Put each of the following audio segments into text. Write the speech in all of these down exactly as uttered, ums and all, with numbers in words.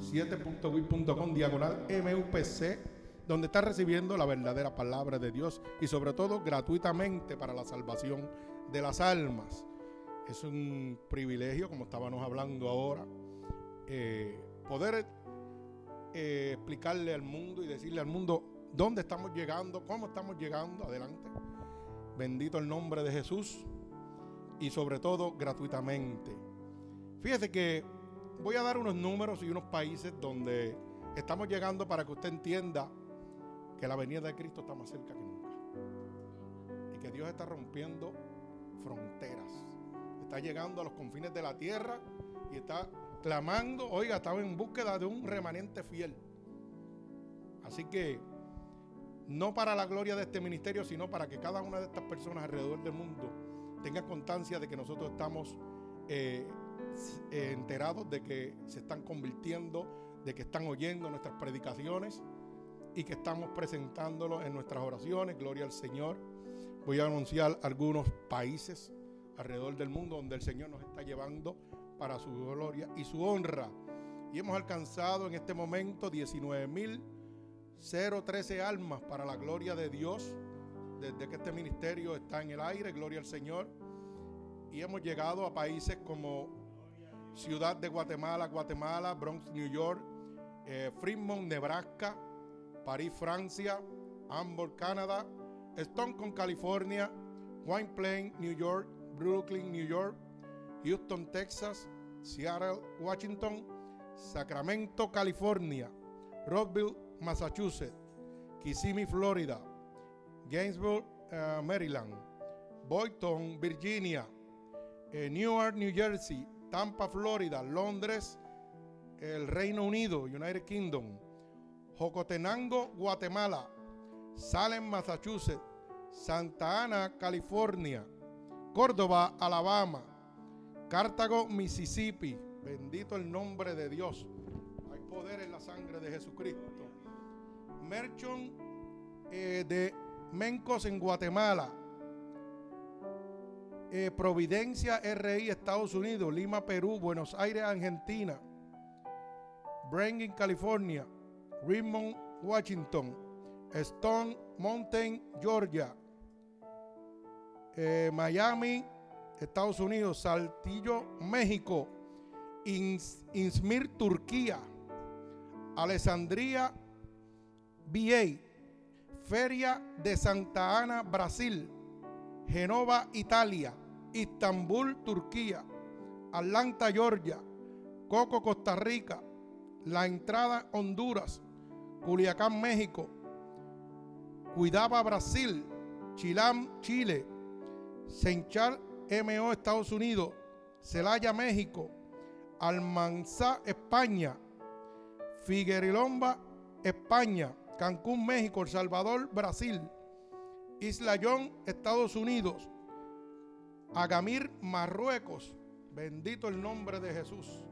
siete punto wix punto com diagonal M U P C, donde está recibiendo la verdadera palabra de Dios y sobre todo gratuitamente para la salvación de las almas. Es un privilegio, como estábamos hablando ahora, eh, poder eh, explicarle al mundo y decirle al mundo dónde estamos llegando, cómo estamos llegando adelante. Bendito el nombre de Jesús y sobre todo gratuitamente. Fíjese que voy a dar unos números y unos países donde estamos llegando para que usted entienda que la venida de Cristo está más cerca que nunca y que Dios está rompiendo fronteras, está llegando a los confines de la tierra y está clamando, oiga, está en búsqueda de un remanente fiel. Así que no para la gloria de este ministerio, sino para que cada una de estas personas alrededor del mundo tenga constancia de que nosotros estamos eh, eh, enterados de que se están convirtiendo, de que están oyendo nuestras predicaciones y que estamos presentándolo en nuestras oraciones. Gloria al Señor. Voy a anunciar algunos países alrededor del mundo donde el Señor nos está llevando para su gloria y su honra. Y hemos alcanzado en este momento diecinueve mil trece almas para la gloria de Dios desde que este ministerio está en el aire. Gloria al Señor. Y hemos llegado a países como Ciudad de Guatemala, Guatemala, Bronx, New York, eh, Fremont, Nebraska, París, Francia, Hamburg, Canadá, Stockton, California, White Plains, New York, Brooklyn, New York, Houston, Texas, Seattle, Washington, Sacramento, California, Rockville, Massachusetts, Kissimmee, Florida, Gainesville, uh, Maryland, Boynton, Virginia, eh, Newark, New Jersey, Tampa, Florida, Londres, el Reino Unido, United Kingdom, Jocotenango, Guatemala, Salem, Massachusetts, Santa Ana, California, Córdoba, Alabama, Cartago, Mississippi. Bendito el nombre de Dios. Hay poder en la sangre de Jesucristo. Merchon eh, de Mencos en Guatemala, eh, Providencia R I Estados Unidos, Lima, Perú, Buenos Aires, Argentina, Brandon, California, Richmond, Washington, Stone Mountain, Georgia, eh, Miami, Estados Unidos, Saltillo, México, Ins, Izmir, Turquía, Alessandria, B A, Feria de Santa Ana, Brasil, Genova, Italia, Istambul, Turquía, Atlanta, Georgia, Coco, Costa Rica, La Entrada, Honduras, Culiacán, México, Cuidaba, Brasil, Chilán, Chile, Senchal, M O, Estados Unidos, Celaya, México, Almanzá, España, Figuerilomba, España, Cancún, México, El Salvador, Brasil, Isla John, Estados Unidos, Agamir, Marruecos. Bendito el nombre de Jesús.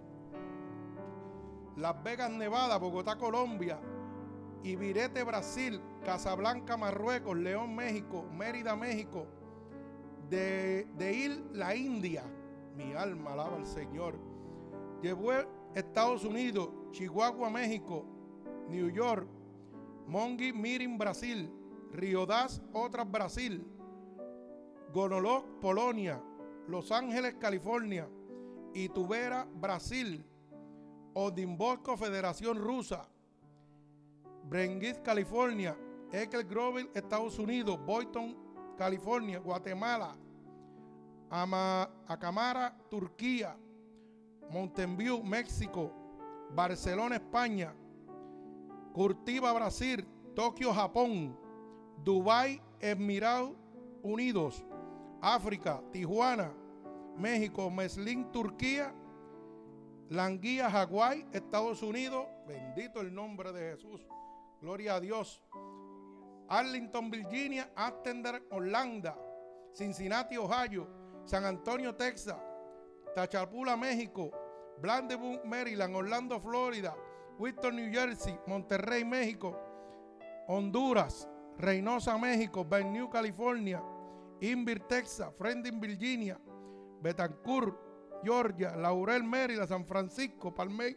Las Vegas, Nevada, Bogotá, Colombia, Ibirete, Brasil, Casablanca, Marruecos, León, México, Mérida, México, de, de Ir, la India. Mi alma alaba al Señor. Yebué, Estados Unidos, Chihuahua, México, New York, Mongi, Mirin, Brasil, Riodaz, otras, Brasil, Gonolog, Polonia, Los Ángeles, California, Itubera, Brasil, Odimborco, Federación Rusa, Brengit, California, Ekel Grove, Estados Unidos, Boynton, California, Guatemala, Ama, Acamara, Turquía, Mountain View, México, Barcelona, España, Curitiba, Brasil, Tokio, Japón, Dubái, Emiratos Unidos, África, Tijuana, México, Meslin, Turquía, Languía, Hawái, Estados Unidos. Bendito el nombre de Jesús. Gloria a Dios. Arlington, Virginia, Amsterdam, Holanda, Cincinnati, Ohio, San Antonio, Texas, Tachapula, México, Blandebun, Maryland, Orlando, Florida, Winston, New Jersey, Monterrey, México, Honduras, Reynosa, México, Bellevue, California, Invir, Texas, Friendly, Virginia, Betancourt, Georgia, Laurel, Maryland, San Francisco, Palmay,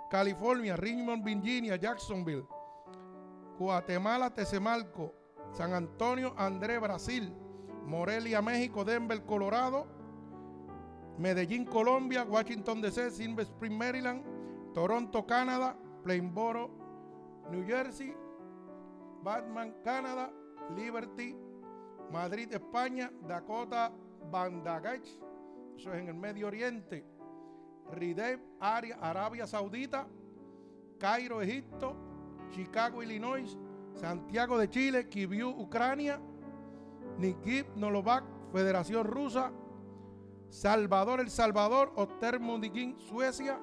California, Richmond, Virginia, Jacksonville, Guatemala, Tezemalco, San Antonio, André, Brasil, Morelia, México, Denver, Colorado, Medellín, Colombia, Washington D C, Silver Spring, Maryland, Toronto, Canadá, Plainboro, New Jersey, Batman, Canadá, Liberty, Madrid, España, Dakota, Bandagach, eso es en el Medio Oriente, Rideb, Arabia Saudita, Cairo, Egipto, Chicago, Illinois, Santiago de Chile, Kyiv, Ucrania, Nikiv, Nolovac, Federación Rusa, Salvador, El Salvador, Ostermundikin, Suecia,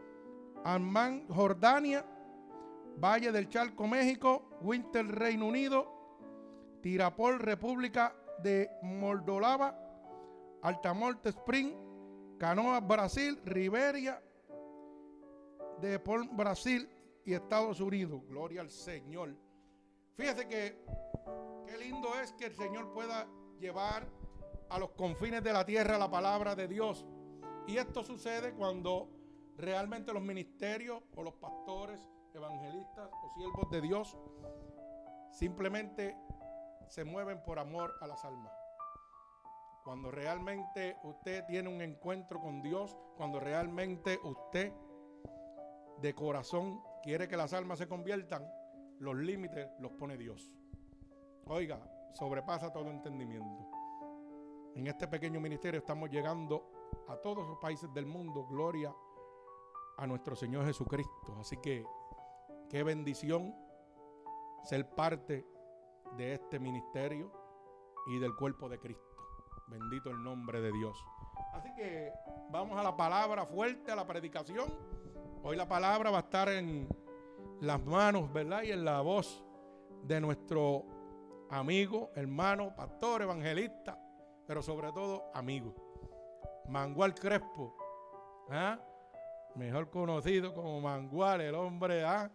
Amman, Jordania, Valle del Chalco, México, Winter, Reino Unido, Tirapol, República de Moldova, Altamonte Spring, Canoas, Brasil, Riberia de Pol, Brasil y Estados Unidos. Gloria al Señor. Fíjese que qué lindo es que el Señor pueda llevar a los confines de la tierra la palabra de Dios. Y esto sucede cuando realmente los ministerios o los pastores, evangelistas o siervos de Dios simplemente se mueven por amor a las almas. Cuando realmente usted tiene un encuentro con Dios, cuando realmente usted de corazón quiere que las almas se conviertan, los límites los pone Dios. Oiga, sobrepasa todo entendimiento. En este pequeño ministerio estamos llegando a todos los países del mundo. Gloria a nuestro Señor Jesucristo. Así que qué bendición ser parte de este ministerio y del cuerpo de Cristo. Bendito el nombre de Dios. Así que vamos a la palabra fuerte, a la predicación. Hoy la palabra va a estar en las manos, ¿verdad? Y en la voz de nuestro amigo, hermano, pastor, evangelista, pero sobre todo amigo, Mangual Crespo, ¿ah? Mejor conocido como Mangual, el hombre, ¿ah?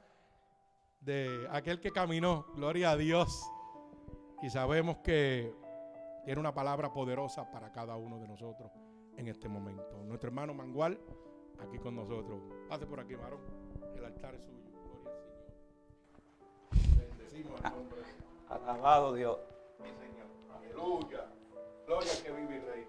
De aquel que caminó, gloria a Dios. Y sabemos que tiene una palabra poderosa para cada uno de nosotros en este momento. Nuestro hermano Mangual, aquí con nosotros. Pase por aquí, varón. El altar es suyo. Gloria al Señor. Bendecimos el nombre de Dios. Alabado Dios. Sí, Señor. Aleluya. Gloria al que vive y reina.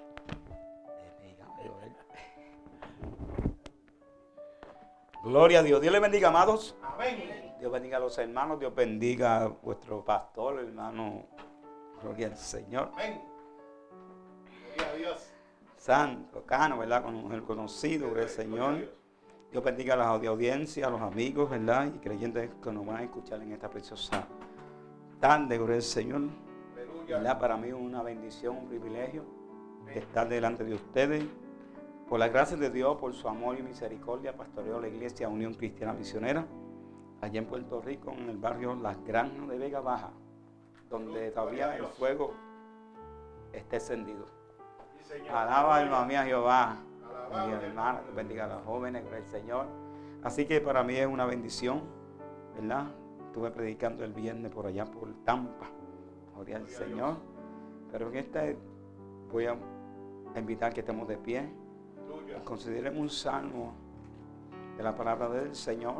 Gloria a Dios. Dios le bendiga, amados. Amén. Dios bendiga a los hermanos. Dios bendiga a vuestro pastor, hermano. Gloria al Señor. Amén. Gloria a Dios. Santo, Cano, ¿verdad? Con el conocido, gloria al Señor. Dios bendiga a las audiencias, a los amigos, ¿verdad? Y creyentes que nos van a escuchar en esta preciosa tarde, gloria al Señor. ¿Verdad? Para mí es una bendición, un privilegio estar delante de ustedes. Por la gracia de Dios, por su amor y misericordia, pastoreo la iglesia Unión Cristiana Misionera, allá en Puerto Rico, en el barrio Las Granjas de Vega Baja, donde todavía el fuego está encendido. Alaba, alma mía, Jehová. Bendiga, hermana, bendiga a los jóvenes, gloria al Señor. Así que para mí es una bendición, ¿verdad? Estuve predicando el viernes por allá, por Tampa, gloria al Señor. Pero en este voy a invitar que estemos de pie. Consideremos un salmo de la palabra del Señor.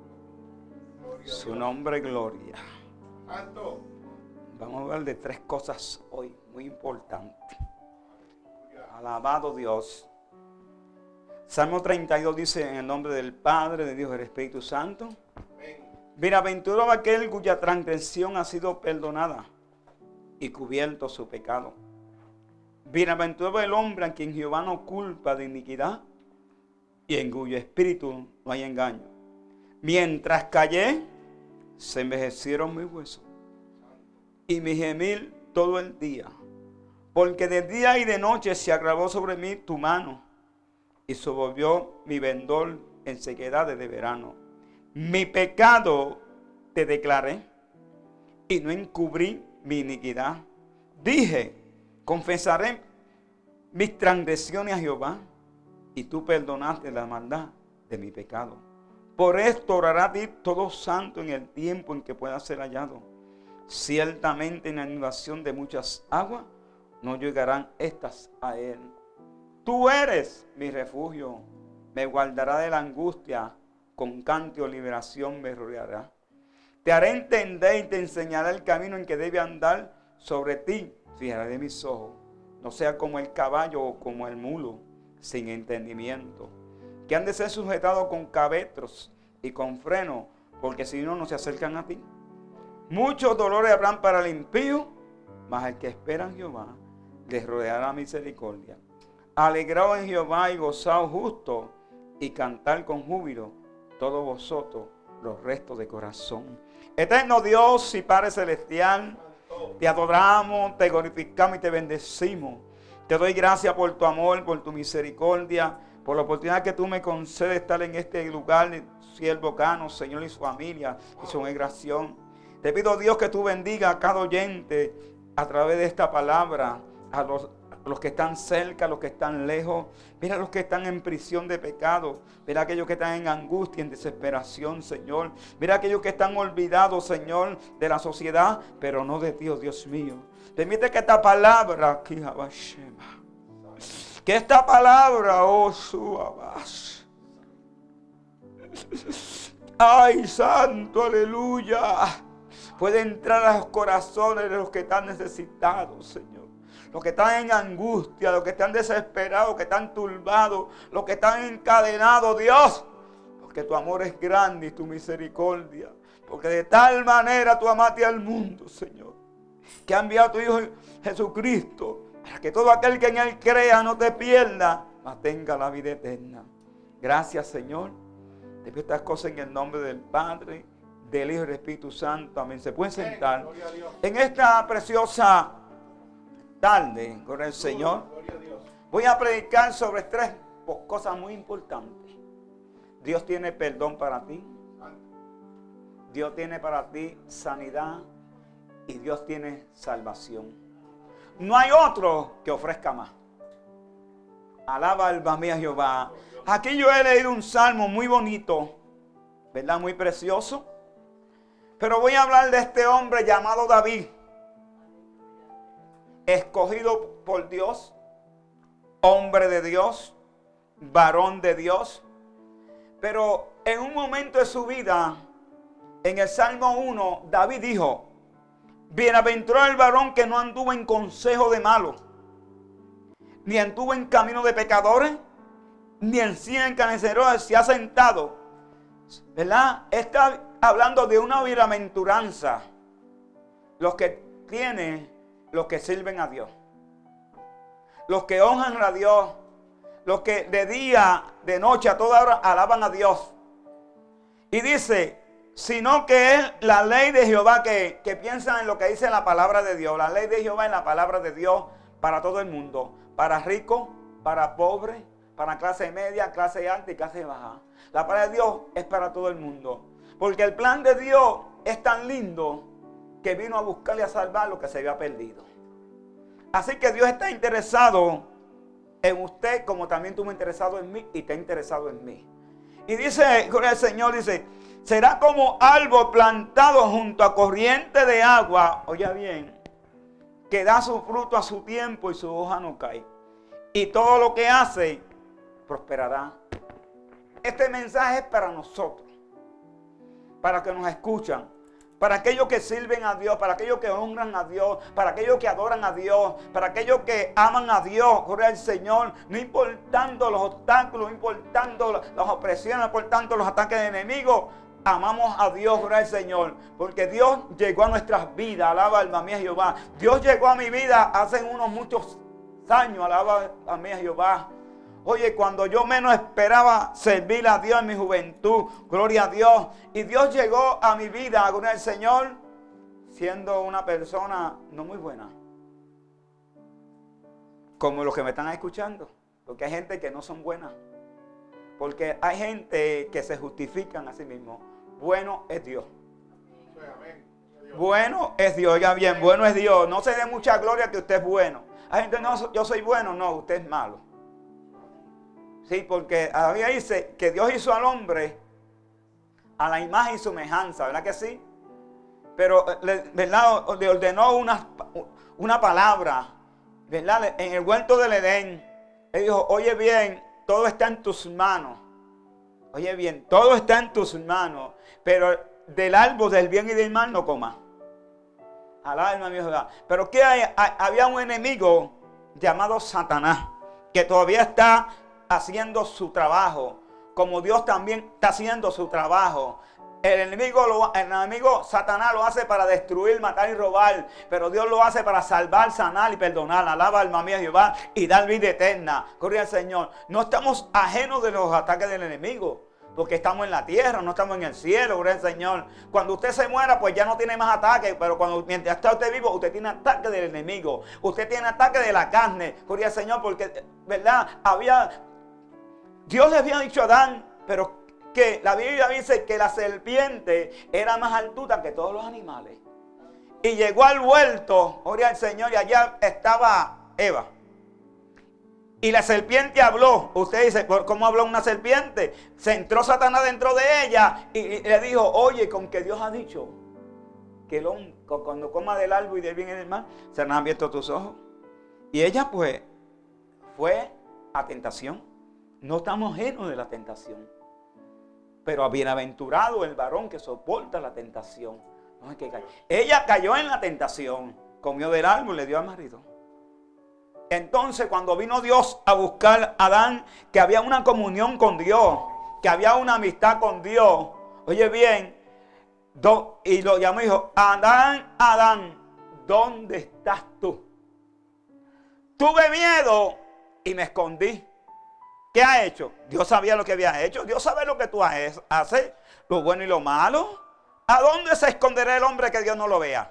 Su nombre, gloria. Vamos a hablar de tres cosas hoy muy importantes. Alabado Dios. Salmo treinta y dos dice: en el nombre del Padre, de Dios y del Espíritu Santo. Bienaventurado aquel cuya transgresión ha sido perdonada y cubierto su pecado. Bienaventurado el hombre a quien Jehová no culpa de iniquidad y en cuyo espíritu no hay engaño. Mientras callé, se envejecieron mis huesos y mi gemir todo el día, porque de día y de noche se agravó sobre mí tu mano y se volvió mi vendor en sequedades de verano. Mi pecado te declaré y no encubrí mi iniquidad. Dije: confesaré mis transgresiones a Jehová, y tú perdonaste la maldad de mi pecado. Por esto orará a ti todo santo en el tiempo en que pueda ser hallado. Ciertamente en la inundación de muchas aguas no llegarán estas a él. Tú eres mi refugio, me guardará de la angustia, con canto o liberación me rodeará. Te haré entender y te enseñaré el camino en que debe andar. Sobre ti fijaré de mis ojos. No sea como el caballo o como el mulo, sin entendimiento, que han de ser sujetados con cabestros y con freno, porque si no, no se acercan a ti. Muchos dolores habrán para el impío, mas el que espera en Jehová les rodeará misericordia. Alegraos en Jehová y gozaos justo, y cantar con júbilo todos vosotros los restos de corazón. Eterno Dios y Padre celestial, te adoramos, te glorificamos y te bendecimos. Te doy gracias por tu amor, por tu misericordia, por la oportunidad que tú me concedes de estar en este lugar, siervo Cano, Señor, y su familia y su congregación. Te pido, Dios, que tú bendiga a cada oyente a través de esta palabra, a los, a los que están cerca, a los que están lejos. Mira a los que están en prisión de pecado. Mira a aquellos que están en angustia, en desesperación, Señor. Mira a aquellos que están olvidados, Señor, de la sociedad, pero no de Dios, Dios mío. Permite que esta palabra, que esta palabra, oh, suabas. Ay, santo, aleluya. Puede entrar a los corazones de los que están necesitados, Señor. Los que están en angustia, los que están desesperados, los que están turbados, los que están encadenados, Dios. Porque tu amor es grande y tu misericordia. Porque de tal manera tú amaste al mundo, Señor, que ha enviado a tu Hijo Jesucristo, para que todo aquel que en Él crea no te pierda, mas tenga la vida eterna. Gracias, Señor. Te pido estas cosas en el nombre del Padre, del Hijo y del Espíritu Santo. Amén. Se pueden sentar. En esta preciosa tarde con el Señor, voy a predicar sobre tres cosas muy importantes. Dios tiene perdón para ti. Dios tiene para ti sanidad. Y Dios tiene salvación. No hay otro que ofrezca más. Alaba alma mía Jehová. Aquí yo he leído un salmo muy bonito, ¿verdad? Muy precioso. Pero voy a hablar de este hombre llamado David, escogido por Dios, hombre de Dios, varón de Dios. Pero en un momento de su vida, en el Salmo uno, David dijo: bienaventurado el varón que no anduvo en consejo de malos, ni anduvo en camino de pecadores, ni en silla de encarnecedores se ha sentado. ¿Verdad? Está hablando de una bienaventuranza. Los que tienen, los que sirven a Dios, los que honran a Dios, los que de día, de noche, a toda hora alaban a Dios. Y dice: sino que es la ley de Jehová, que, que piensan en lo que dice la palabra de Dios. La ley de Jehová es la palabra de Dios para todo el mundo. Para rico, para pobre, para clase media, clase alta y clase baja. La palabra de Dios es para todo el mundo. Porque el plan de Dios es tan lindo que vino a buscar y a salvar lo que se había perdido. Así que Dios está interesado en usted, como también tú me has interesado en mí y te has interesado en mí. Y dice, el Señor dice: será como árbol plantado junto a corriente de agua, oye bien, que da su fruto a su tiempo y su hoja no cae. Y todo lo que hace prosperará. Este mensaje es para nosotros, para que nos escuchan, para aquellos que sirven a Dios, para aquellos que honran a Dios, para aquellos que adoran a Dios, para aquellos que aman a Dios, gloria al Señor, no importando los obstáculos, no importando las opresiones, no importando los ataques de enemigos. Amamos a Dios, gloria al Señor, porque Dios llegó a nuestras vidas. Alaba alma mía Jehová. Dios llegó a mi vida hace unos muchos años. Alaba alma mía Jehová. Oye, cuando yo menos esperaba servir a Dios en mi juventud, gloria a Dios. Y Dios llegó a mi vida, gloria al Señor, siendo una persona no muy buena. Como los que me están escuchando. Porque hay gente que no son buenas. Porque hay gente que se justifican a sí mismos. Bueno es Dios. Bueno es Dios. Oiga bien, bueno es Dios. No se dé mucha gloria que usted es bueno. Hay gente, no, yo soy bueno. No, usted es malo. Sí, porque había dice que Dios hizo al hombre a la imagen y semejanza, ¿verdad que sí? Pero, ¿verdad? Le ordenó una, una palabra, ¿verdad? En el huerto del Edén, él dijo: oye bien, todo está en tus manos. Oye bien, todo está en tus manos, pero del árbol del bien y del mal no comas. Alaba alma mía Jehová. Pero ¿qué hay? Había un enemigo llamado Satanás, que todavía está haciendo su trabajo, como Dios también está haciendo su trabajo. El enemigo, lo, el enemigo Satanás lo hace para destruir, matar y robar, pero Dios lo hace para salvar, sanar y perdonar. Alaba alma mía Jehová y dar vida eterna. Gloria al Señor. No estamos ajenos de los ataques del enemigo, porque estamos en la tierra, no estamos en el cielo. Gloria al Señor. Cuando usted se muera, pues ya no tiene más ataques, pero cuando mientras está usted vivo, usted tiene ataque del enemigo. Usted tiene ataque de la carne. Gloria al Señor, porque, ¿verdad? Había, Dios le había dicho a Adán, pero que la Biblia dice que la serpiente era más astuta que todos los animales. Y llegó al huerto, gloria al Señor, y allá estaba Eva. Y la serpiente habló. Usted dice, ¿cómo habló una serpiente? Se entró Satanás dentro de ella y, y le dijo, oye, con que Dios ha dicho que el hombre, cuando coma del árbol y del bien y del mal, serán abiertos tus ojos. Y ella pues fue a tentación. No estamos ajenos de la tentación. Pero bienaventurado el varón que soporta la tentación. No es que cae. Ella cayó en la tentación, comió del árbol y le dio al marido. Entonces cuando vino Dios a buscar a Adán, que había una comunión con Dios, que había una amistad con Dios. Oye bien, do, y lo llamó y dijo, Adán, Adán, ¿dónde estás tú? Tuve miedo y me escondí. ¿Qué ha hecho? Dios sabía lo que había hecho. Dios sabe lo que tú haces, lo bueno y lo malo. ¿A dónde se esconderá el hombre que Dios no lo vea?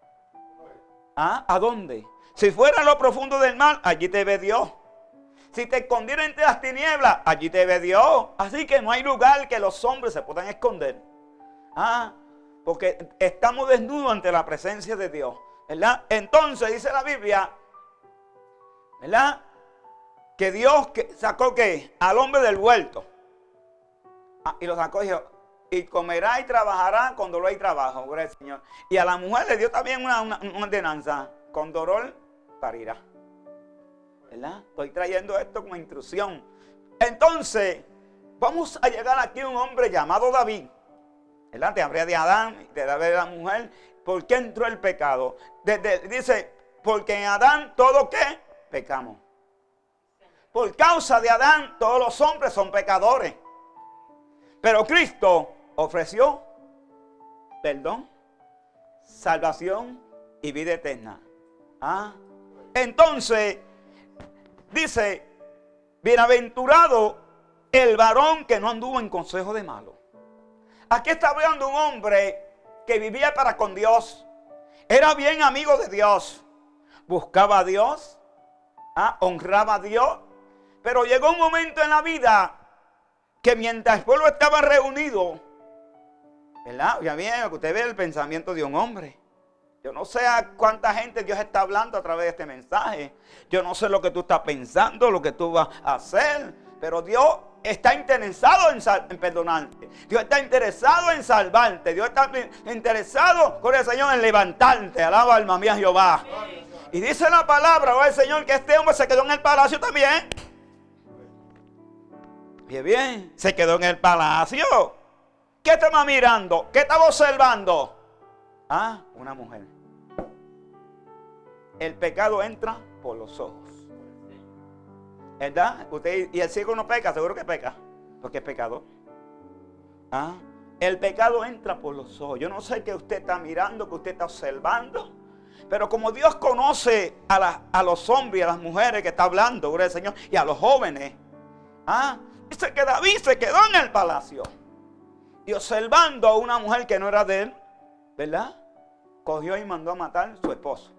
¿Ah? ¿A dónde? Si fuera a lo profundo del mar, allí te ve Dios. Si te escondiera entre las tinieblas, allí te ve Dios. Así que no hay lugar que los hombres se puedan esconder. ¿Ah? Porque estamos desnudos ante la presencia de Dios, ¿verdad? Entonces dice la Biblia, ¿verdad? Que Dios sacó ¿qué? Al hombre del huerto. Ah, y lo sacó y dijo, y comerá y trabajará con dolor y trabajo. Gloria al Señor. Y a la mujer le dio también una, una, una ordenanza. Con dolor parirá. ¿Verdad? Estoy trayendo esto como instrucción. Entonces, vamos a llegar aquí a un hombre llamado David. ¿Verdad? Te hablé de Adán, te hablé de la mujer. ¿Por qué entró el pecado? Desde, dice, porque en Adán todo ¿qué? Pecamos. Por causa de Adán, todos los hombres son pecadores. Pero Cristo ofreció perdón, salvación y vida eterna. ¿Ah? Entonces, dice, bienaventurado el varón que no anduvo en consejo de malo. Aquí está hablando un hombre que vivía para con Dios. Era bien amigo de Dios. Buscaba a Dios. ¿Ah? Honraba a Dios. Pero llegó un momento en la vida que mientras el pueblo estaba reunido, ¿verdad? Ya bien, que usted ve el pensamiento de un hombre. Yo no sé a cuánta gente Dios está hablando a través de este mensaje. Yo no sé lo que tú estás pensando, lo que tú vas a hacer. Pero Dios está interesado en, en perdonarte. Dios está interesado en salvarte. Dios está interesado, con el Señor, en levantarte. Alaba alma mía Jehová. Y dice la palabra, oh el Señor, que este hombre se quedó en el palacio también. Bien, bien, se quedó en el palacio. ¿Qué estaba mirando? ¿Qué estaba observando? Ah, una mujer. El pecado entra por los ojos. ¿Verdad? Usted, y el ciego no peca, seguro que peca, porque es pecador. Ah, el pecado entra por los ojos. Yo no sé qué usted está mirando, qué usted está observando. Pero como Dios conoce a, la, a los hombres y a las mujeres que está hablando, gloria al Señor, y a los jóvenes. Ah, dice que David se quedó en el palacio. Y observando a una mujer que no era de él, ¿verdad? Cogió y mandó a matar a su esposo.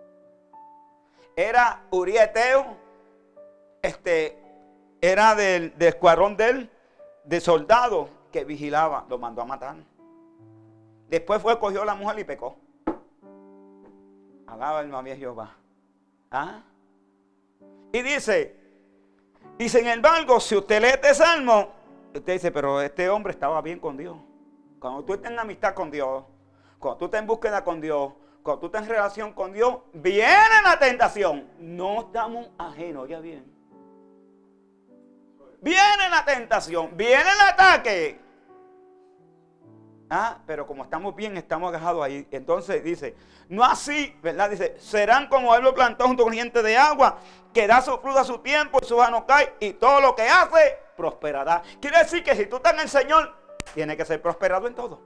Era Uría Eteo, este, era del, del escuadrón de él, de soldado que vigilaba, lo mandó a matar. Después fue, cogió a la mujer y pecó. Alaba alma mía Jehová. ¿Ah? Y dice, y sin embargo, si usted lee este salmo, usted dice, pero este hombre estaba bien con Dios. Cuando tú estás en amistad con Dios, cuando tú estás en búsqueda con Dios, cuando tú estás en relación con Dios, viene la tentación. No estamos ajenos, ya bien. viene la tentación, viene el ataque. Ah, pero como estamos bien, estamos agajados ahí. Entonces dice, no así, ¿verdad? Dice, serán como árbol plantado junto a corriente de agua, que da su fruto a su tiempo y su hoja no cae, y todo lo que hace prosperará. Quiere decir que si tú estás en el Señor, tiene que ser prosperado en todo.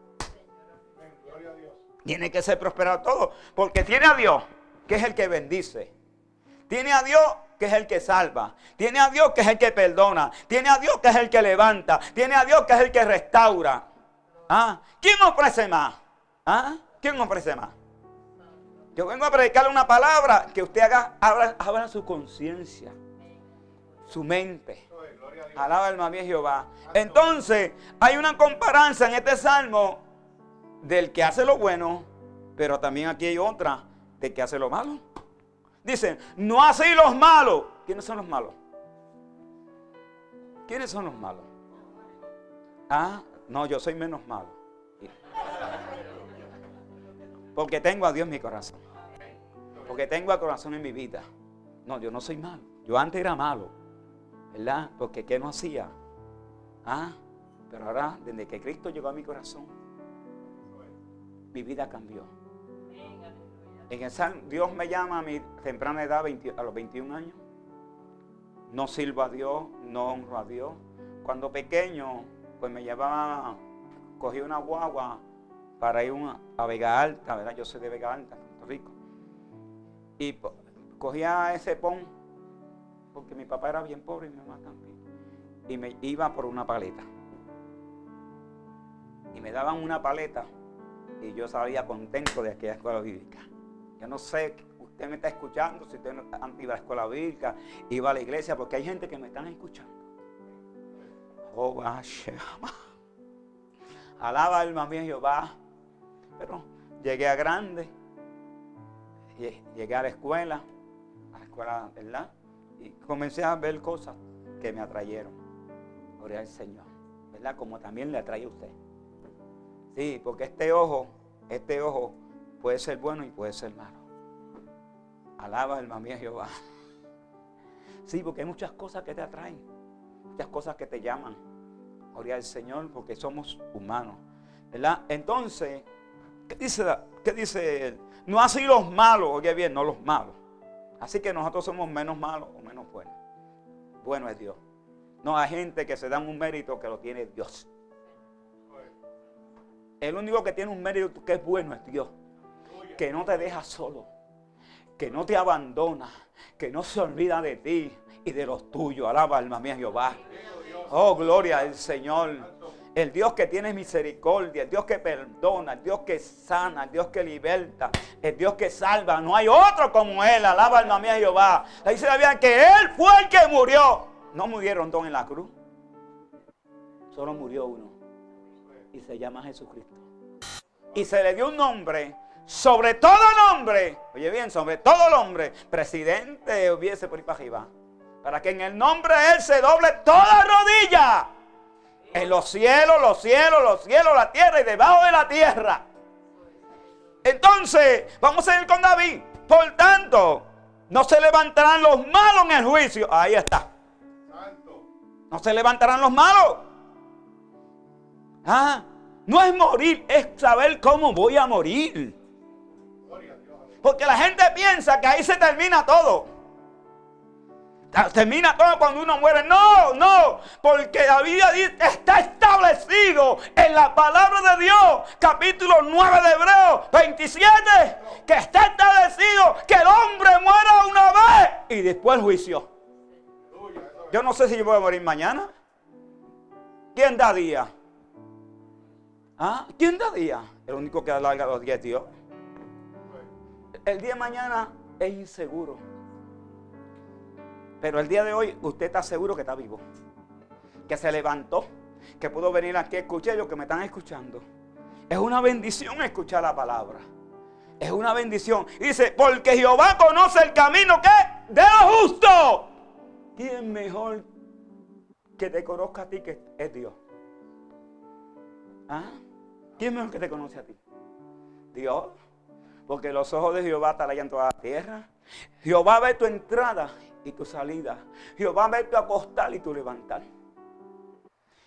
Tiene que ser prosperado en todo, porque tiene a Dios, que es el que bendice. Tiene a Dios, que es el que salva. Tiene a Dios, que es el que perdona. Tiene a Dios, que es el que levanta. Tiene a Dios, que es el que restaura. ¿Ah? ¿Quién ofrece más? ¿Ah? ¿Quién ofrece más? Yo vengo a predicarle una palabra que usted haga, abra, abra su conciencia, su mente. Alaba alma mía Jehová. Entonces, hay una comparanza en este salmo del que hace lo bueno, pero también aquí hay otra del que hace lo malo. Dicen, no así los malos. ¿Quiénes son los malos? ¿Quiénes son los malos? Ah, no, yo soy menos malo. Porque tengo a Dios en mi corazón. Porque tengo a corazón en mi vida. No, yo no soy malo. Yo antes era malo. ¿Verdad? Porque ¿qué no hacía? Ah, pero ahora, desde que Cristo llegó a mi corazón, mi vida cambió. En el salmo, Dios me llama a mi temprana edad, veinte, a los veintiún años. No sirvo a Dios, no honro a Dios. Cuando pequeño, pues me llevaba, cogí una guagua para ir una, a Vega Alta, ¿verdad? Yo soy de Vega Alta, Puerto Rico. Y po, cogía ese pon, porque mi papá era bien pobre y mi mamá también. Y me iba por una paleta. Y me daban una paleta y yo salía contento de aquella escuela bíblica. Yo no sé, usted me está escuchando, si usted antes iba a la escuela bíblica, iba a la iglesia, porque hay gente que me están escuchando. Oh, alaba alma mía Jehová. Pero llegué a grande, llegué a la escuela, a la escuela, ¿verdad? Y comencé a ver cosas que me atrayeron. Gloria al Señor, ¿verdad? Como también le atrae a usted. Sí, porque este ojo, este ojo puede ser bueno y puede ser malo. Alaba alma mía Jehová. Sí, porque hay muchas cosas que te atraen, muchas cosas que te llaman. Gloria al Señor, porque somos humanos, ¿verdad? Entonces, ¿qué dice, qué dice él? No así los malos, oye bien, no los malos. Así que nosotros somos menos malos o menos buenos. Bueno es Dios. No hay gente que se dan un mérito que lo tiene Dios. El único que tiene un mérito que es bueno es Dios. Que no te deja solo. Que no te abandona. Que no se olvida de ti y de los tuyos. Alaba alma mía Jehová. Oh, gloria al Señor. El Dios que tiene misericordia, el Dios que perdona, el Dios que sana, el Dios que liberta, el Dios que salva. No hay otro como Él. Alaba alma mía Jehová. Le dice la Biblia que Él fue el que murió. No murieron dos en la cruz. Solo murió uno. Y se llama Jesucristo. Y se le dio un nombre, sobre todo nombre, oye bien, sobre todo nombre, presidente hubiese por ahí para arriba, para que en el nombre de Él se doble toda rodilla, en los cielos, los cielos, los cielos, la tierra y debajo de la tierra. Entonces, vamos a ir con David. Por tanto, no se levantarán los malos en el juicio. Ahí está. No se levantarán los malos. Ah, no es morir, es saber cómo voy a morir. Porque la gente piensa que ahí se termina todo. Termina todo cuando uno muere. No, no, porque la Biblia está establecido en la palabra de Dios, capítulo nueve de Hebreos veintisiete, que está establecido que el hombre muera una vez y después el juicio. Yo no sé si yo voy a morir mañana. ¿Quién da día? ¿Ah? ¿Quién da día? El único que alarga los días es Dios. El día de mañana es inseguro. Pero el día de hoy usted está seguro que está vivo. Que se levantó. Que pudo venir aquí a escuchar lo que me están escuchando. Es una bendición escuchar la palabra. Es una bendición. Y dice, porque Jehová conoce el camino que de lo justo. ¿Quién mejor que te conozca a ti que es Dios? ¿Ah? ¿Quién mejor que te conoce a ti? Dios. Porque los ojos de Jehová talayan toda la tierra. Jehová ve tu entrada y tu salida. Jehová ve tu acostar y tu levantar.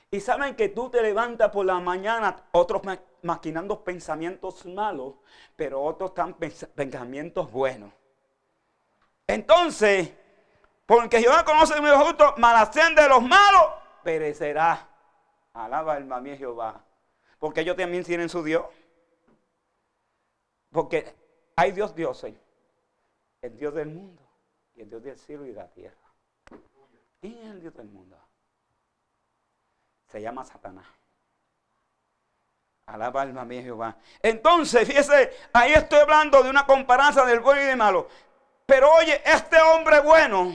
Y saben que tú te levantas por la mañana, otros ma- maquinando pensamientos malos, pero otros están pens- pensamientos buenos. Entonces, porque Jehová conoce a los justos, mas la senda de los malos perecerá. Alaba alma mía Jehová. Porque ellos también tienen su Dios. Porque hay Dios dioses. El Dios del mundo y el Dios del cielo y de la tierra. ¿Quién es el Dios del mundo? Se llama Satanás. Alaba alma mía Jehová. Entonces, fíjese, ahí estoy hablando de una comparanza del bueno y del malo. Pero oye, este hombre bueno,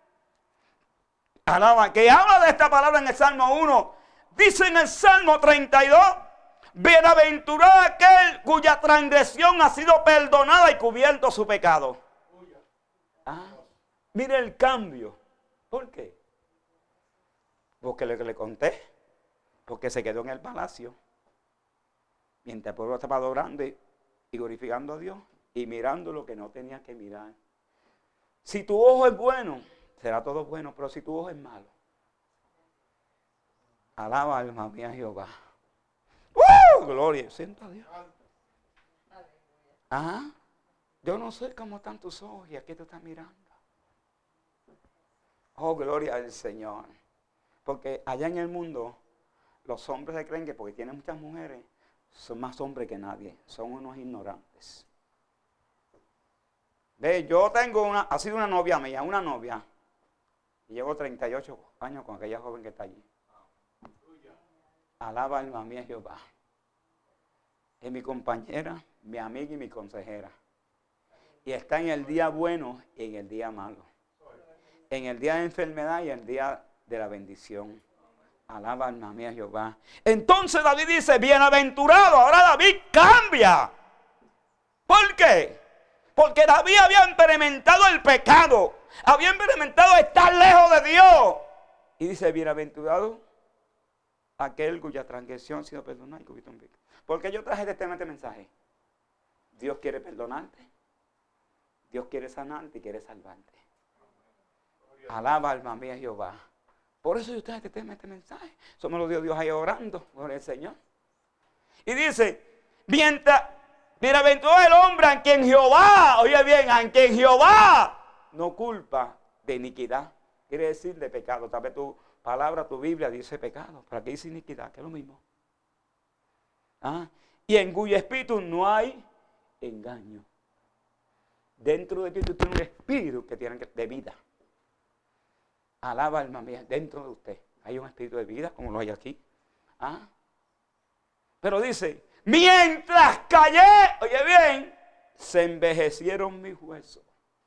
alaba, que habla de esta palabra en el Salmo uno, dice en el Salmo treinta y dos, bienaventurado aquel cuya transgresión ha sido perdonada y cubierto su pecado. Ah, mire el cambio. ¿Por qué? Porque lo que le conté, porque se quedó en el palacio, mientras el pueblo estaba adorando y glorificando a Dios y mirando lo que no tenía que mirar. Si tu ojo es bueno, será todo bueno, pero si tu ojo es malo, alaba alma mía Jehová. ¡Uh! Gloria, siento a Dios. Ajá. Yo no sé cómo están tus ojos y aquí tú estás mirando. Oh, gloria al Señor. Porque allá en el mundo, los hombres se creen que porque tienen muchas mujeres, son más hombres que nadie. Son unos ignorantes. Ve, yo tengo una, ha sido una novia mía, una novia. Y llevo treinta y ocho años con aquella joven que está allí. Alaba alma mía Jehová. Es mi compañera, mi amiga y mi consejera. Y está en el día bueno y en el día malo. En el día de enfermedad y en el día de la bendición. Alaba alma mía Jehová. Entonces David dice, bienaventurado. Ahora David cambia. ¿Por qué? Porque David había experimentado el pecado. Había experimentado estar lejos de Dios. Y dice, bienaventurado aquel cuya transgresión ha sido perdonada y cubierto en pecado. Porque yo traje este mensaje. Dios quiere perdonarte. Dios quiere sanarte y quiere salvarte. Alaba alma mía Jehová. Por eso yo traje este tema, este mensaje. Somos los Dios, Dios ahí orando por el Señor. Y dice, mientras, bienaventurado el hombre a quien Jehová, oye bien, a quien Jehová no culpa de iniquidad. Quiere decir de pecado. Tal vez tu palabra, tu Biblia dice pecado, pero aquí dice iniquidad, que es lo mismo. ¿Ah? Y en cuyo espíritu no hay engaño. Dentro de ti tú tienes un espíritu que tiene de vida. Alaba alma mía, dentro de usted hay un espíritu de vida como lo hay aquí. ¿Ah? Pero dice, mientras callé, oye bien, se envejecieron mis huesos.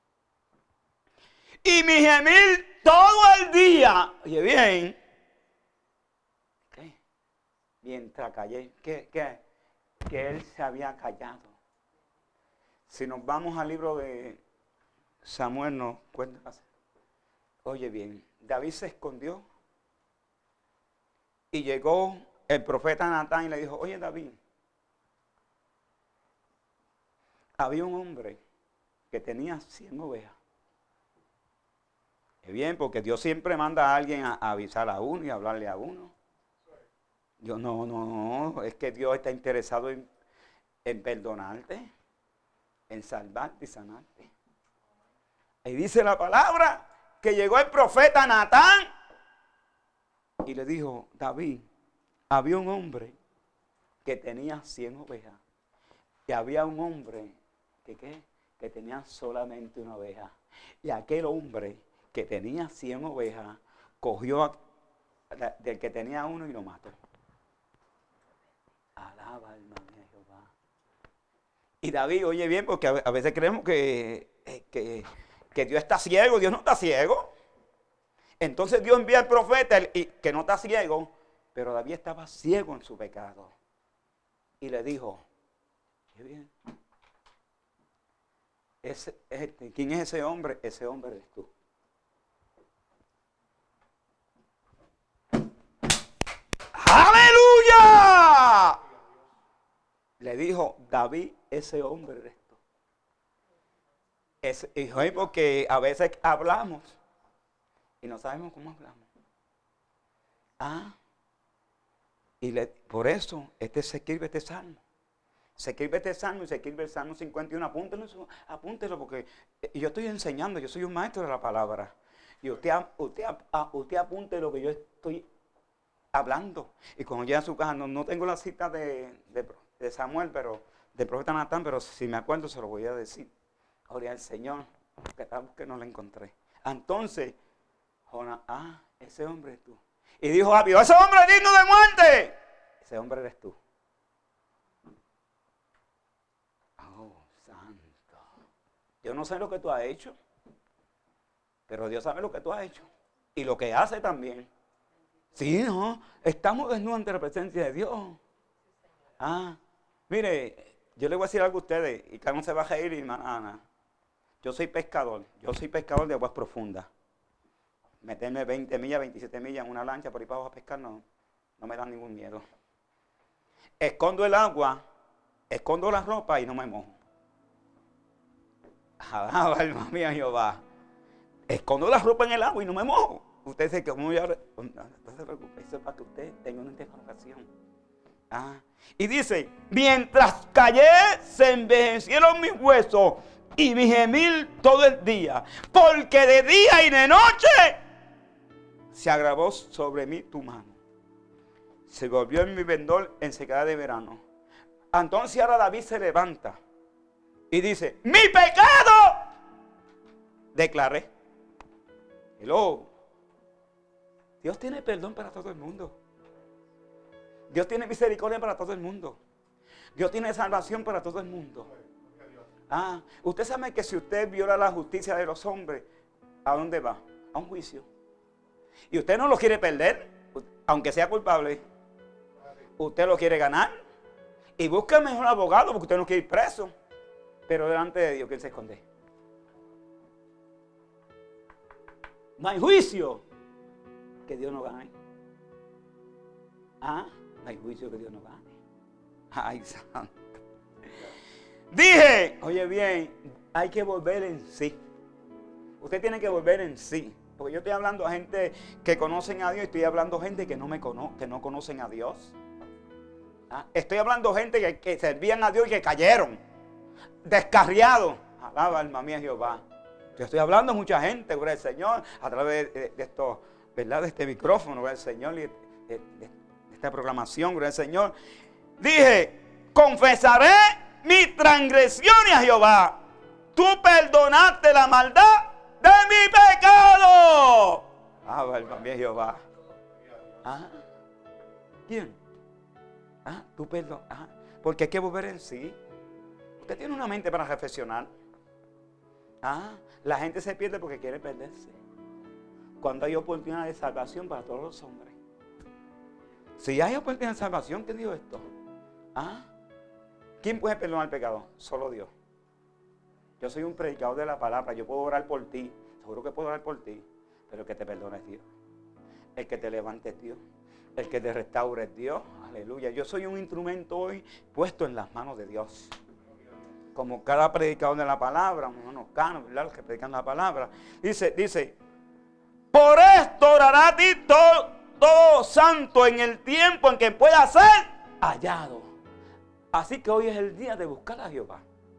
Y mi gemir todo el día, oye bien, ¿qué? Mientras callé, ¿qué? ¿Qué? Que él se había callado. Si nos vamos al libro de Samuel, nos cuenta. Oye bien, David se escondió y llegó el profeta Natán y le dijo, oye David, había un hombre que tenía cien ovejas. Es bien, porque Dios siempre manda a alguien a, a avisar a uno y a hablarle a uno. Yo no, no, no, es que Dios está interesado en, en perdonarte, en salvarte y sanarte. Y dice la palabra que llegó el profeta Natán y le dijo, David, había un hombre que tenía cien ovejas y había un hombre que, ¿qué? que tenía solamente una oveja. Y aquel hombre que tenía cien ovejas cogió a, del que tenía uno y lo mató. Alaba alma mía Jehová. Y David, oye bien, porque a veces creemos que, que, que Dios está ciego. Dios no está ciego. Entonces Dios envía al profeta y, que no está ciego, pero David estaba ciego en su pecado. Y le dijo, qué bien. Ese, este, ¿quién es ese hombre? Ese hombre eres tú. ¡Aleluya! Le dijo, David, ese hombre eres tú. Es, y porque a veces hablamos y no sabemos cómo hablamos. Ah, Y le, por eso este se escribe este salmo. Se escribe este salmo y se escribe el Salmo cincuenta y uno. Apúntelo, apúntelo porque yo estoy enseñando, yo soy un maestro de la palabra. Y usted, usted, usted apunte lo que yo estoy hablando. Y cuando llegue a su casa, no, no tengo la cita de, de, de Samuel, pero del profeta Natán, pero si me acuerdo se lo voy a decir. Gloria al Señor, que tal que no la encontré. Entonces, Jonás, ah, ese hombre es tú. Y dijo rápido, ese hombre es digno de muerte. Ese hombre eres tú. Oh, santo. Yo no sé lo que tú has hecho, pero Dios sabe lo que tú has hecho. Y lo que hace también. Sí, no, estamos desnudos ante la presencia de Dios. Ah, mire, yo le voy a decir algo a ustedes, y Carlos se va a reír, hermana Ana. Yo soy pescador, yo soy pescador de aguas profundas. Meterme veinte millas, veintisiete millas en una lancha por ahí para abajo a pescar no, no me da ningún miedo. Escondo el agua, escondo la ropa y no me mojo. Alaba alma mía Jehová. Escondo la ropa en el agua y no me mojo. Usted dice que como ya... No se preocupe, eso es para que usted tenga una interpretación. Ah. Y dice, mientras callé se envejecieron mis huesos y mi gemir todo el día, porque de día y de noche se agravó sobre mí tu mano. Se volvió en mi vendor en secada de verano. Entonces ahora David se levanta y dice, mi pecado declaré. Hello. Dios tiene perdón para todo el mundo. Dios tiene misericordia para todo el mundo. Dios tiene salvación para todo el mundo. Ah, usted sabe que si usted viola la justicia de los hombres, ¿a dónde va? A un juicio. Y usted no lo quiere perder, aunque sea culpable. Usted lo quiere ganar. Y busca el mejor abogado porque usted no quiere ir preso. Pero delante de Dios, ¿quién se esconde? No hay juicio que Dios no gane. Ah, no hay juicio que Dios no gane. Ay, santo. Dije, oye bien, hay que volver en sí. Usted tiene que volver en sí. Porque yo estoy hablando a gente que conocen a Dios y estoy hablando a gente que no me cono que no conocen a Dios. ¿Ah? Estoy hablando a gente que, que servían a Dios y que cayeron. Descarriados. Alaba alma mía Jehová. Yo estoy hablando a mucha gente, gloria al Señor, a través de, de esto, ¿verdad? De este micrófono, gloria al Señor, y de, de, de esta programación, gloria al Señor. Dije, confesaré mis transgresiones a Jehová. Tú perdonaste la maldad de mi pecado. Ah, alma mía Jehová. Ah, ¿quién? Ah, tú perdón. Ah, porque hay que volver en sí. Usted tiene una mente para reflexionar. Ah, la gente se pierde porque quiere perderse. Cuando hay oportunidad de salvación para todos los hombres. Si hay oportunidad de salvación, ¿quién dijo esto? Ah, ¿quién puede perdonar el pecado? Solo Dios. Yo soy un predicador de la palabra. Yo puedo orar por ti. Seguro que puedo orar por ti. Pero el que te perdone es Dios. El que te levante es Dios. El que te restaure es Dios. Aleluya. Yo soy un instrumento hoy puesto en las manos de Dios. Como cada predicador de la palabra, unos canos, ¿verdad? Los que predican la palabra. Dice, dice, por esto orará a ti todo, todo santo en el tiempo en que pueda ser hallado. Así que hoy es el día de buscar a Jehová.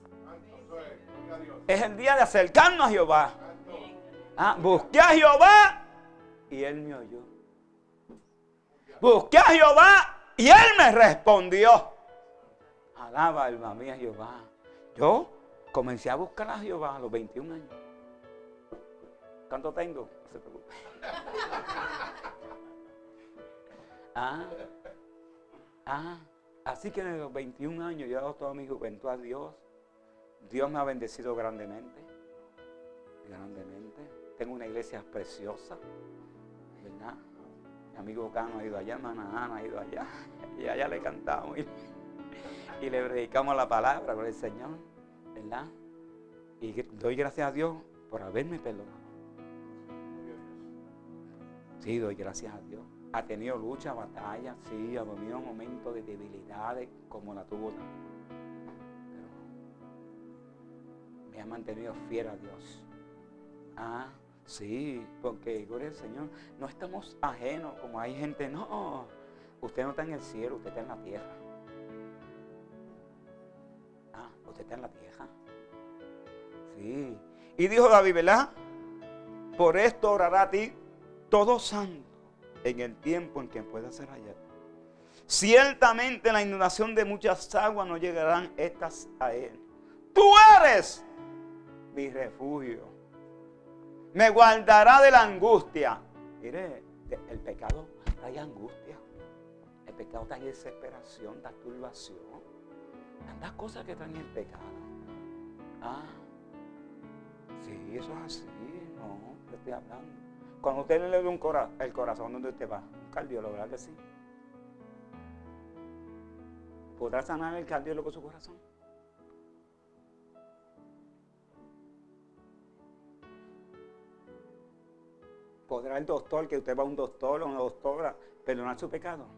Es el día de acercarnos a Jehová. Ah, busqué a Jehová y Él me oyó. Busqué a Jehová y Él me respondió. Alaba alma mía Jehová. Yo comencé a buscar a Jehová a los veintiún años. ¿Cuánto tengo? No se preocupe. Ah, ah, así que en los veintiún años yo he dado toda mi juventud a Dios. Dios me ha bendecido grandemente. Grandemente. Tengo una iglesia preciosa. ¿Verdad? Mi amigo Cano ha ido allá, hermana Ana ha ido allá. Y allá le cantamos. Y, y le predicamos la palabra con el Señor. ¿Verdad? Y doy gracias a Dios por haberme perdonado. Sí, doy gracias a Dios. Ha tenido lucha, batalla, sí, ha tenido momentos de debilidades como la tuvo. Pero me ha mantenido fiel a Dios. Ah, sí, porque, gloria al Señor, no estamos ajenos como hay gente, no. Usted no está en el cielo, usted está en la tierra. Ah, usted está en la tierra. Sí. Y dijo David, ¿verdad? Por esto orará a ti todo santo en el tiempo en que pueda ser hallado. Ciertamente la inundación de muchas aguas no llegarán estas a él. Tú eres mi refugio. Me guardará de la angustia. Mire, el pecado trae angustia. El pecado trae desesperación, da turbación. Tantas cosas que traen el pecado. Ah, sí, eso es así. No, te estoy hablando. Cuando usted le lee un cora el corazón, ¿dónde usted va? Un cardiólogo, ¿verdad que sí? ¿Podrá sanar el cardiólogo su corazón? ¿Podrá el doctor, que usted va a un doctor o una doctora, perdonar su pecado?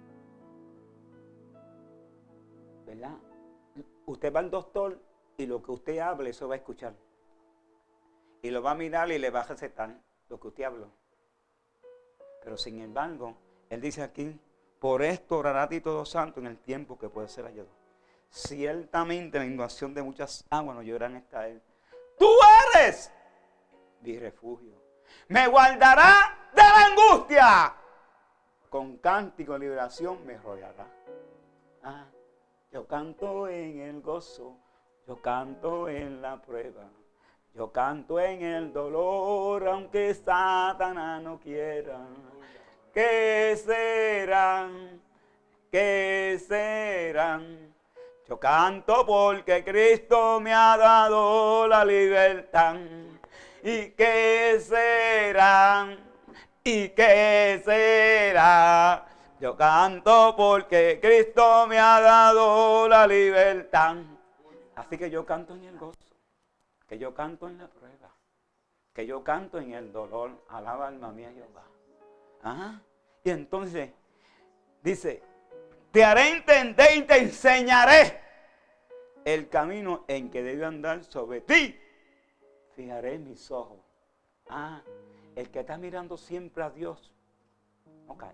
¿Verdad? Usted va al doctor y lo que usted hable, eso va a escuchar. Y lo va a mirar y le va a recetar lo que usted habló. Pero sin embargo, él dice aquí, por esto orará a ti todo santo en el tiempo que puede ser hallado. Ciertamente la inundación de muchas aguas no llorarán hasta él. Tú eres mi refugio. Me guardará de la angustia. Con cántico de liberación me rodeará. Ah, yo canto en el gozo. Yo canto en la prueba. Yo canto en el dolor, aunque Satanás no quiera. ¿Qué serán? ¿Qué serán? Yo canto porque Cristo me ha dado la libertad. ¿Y qué serán? ¿Y qué será? Yo canto porque Cristo me ha dado la libertad. Así que yo canto en el gozo, que yo canto en la prueba, que yo canto en el dolor. Alaba alma mía Jehová. Ajá. Y entonces dice, te haré entender y te enseñaré el camino en que debe andar. Sobre ti fijaré mis ojos. Ah, el que está mirando siempre a Dios no cae.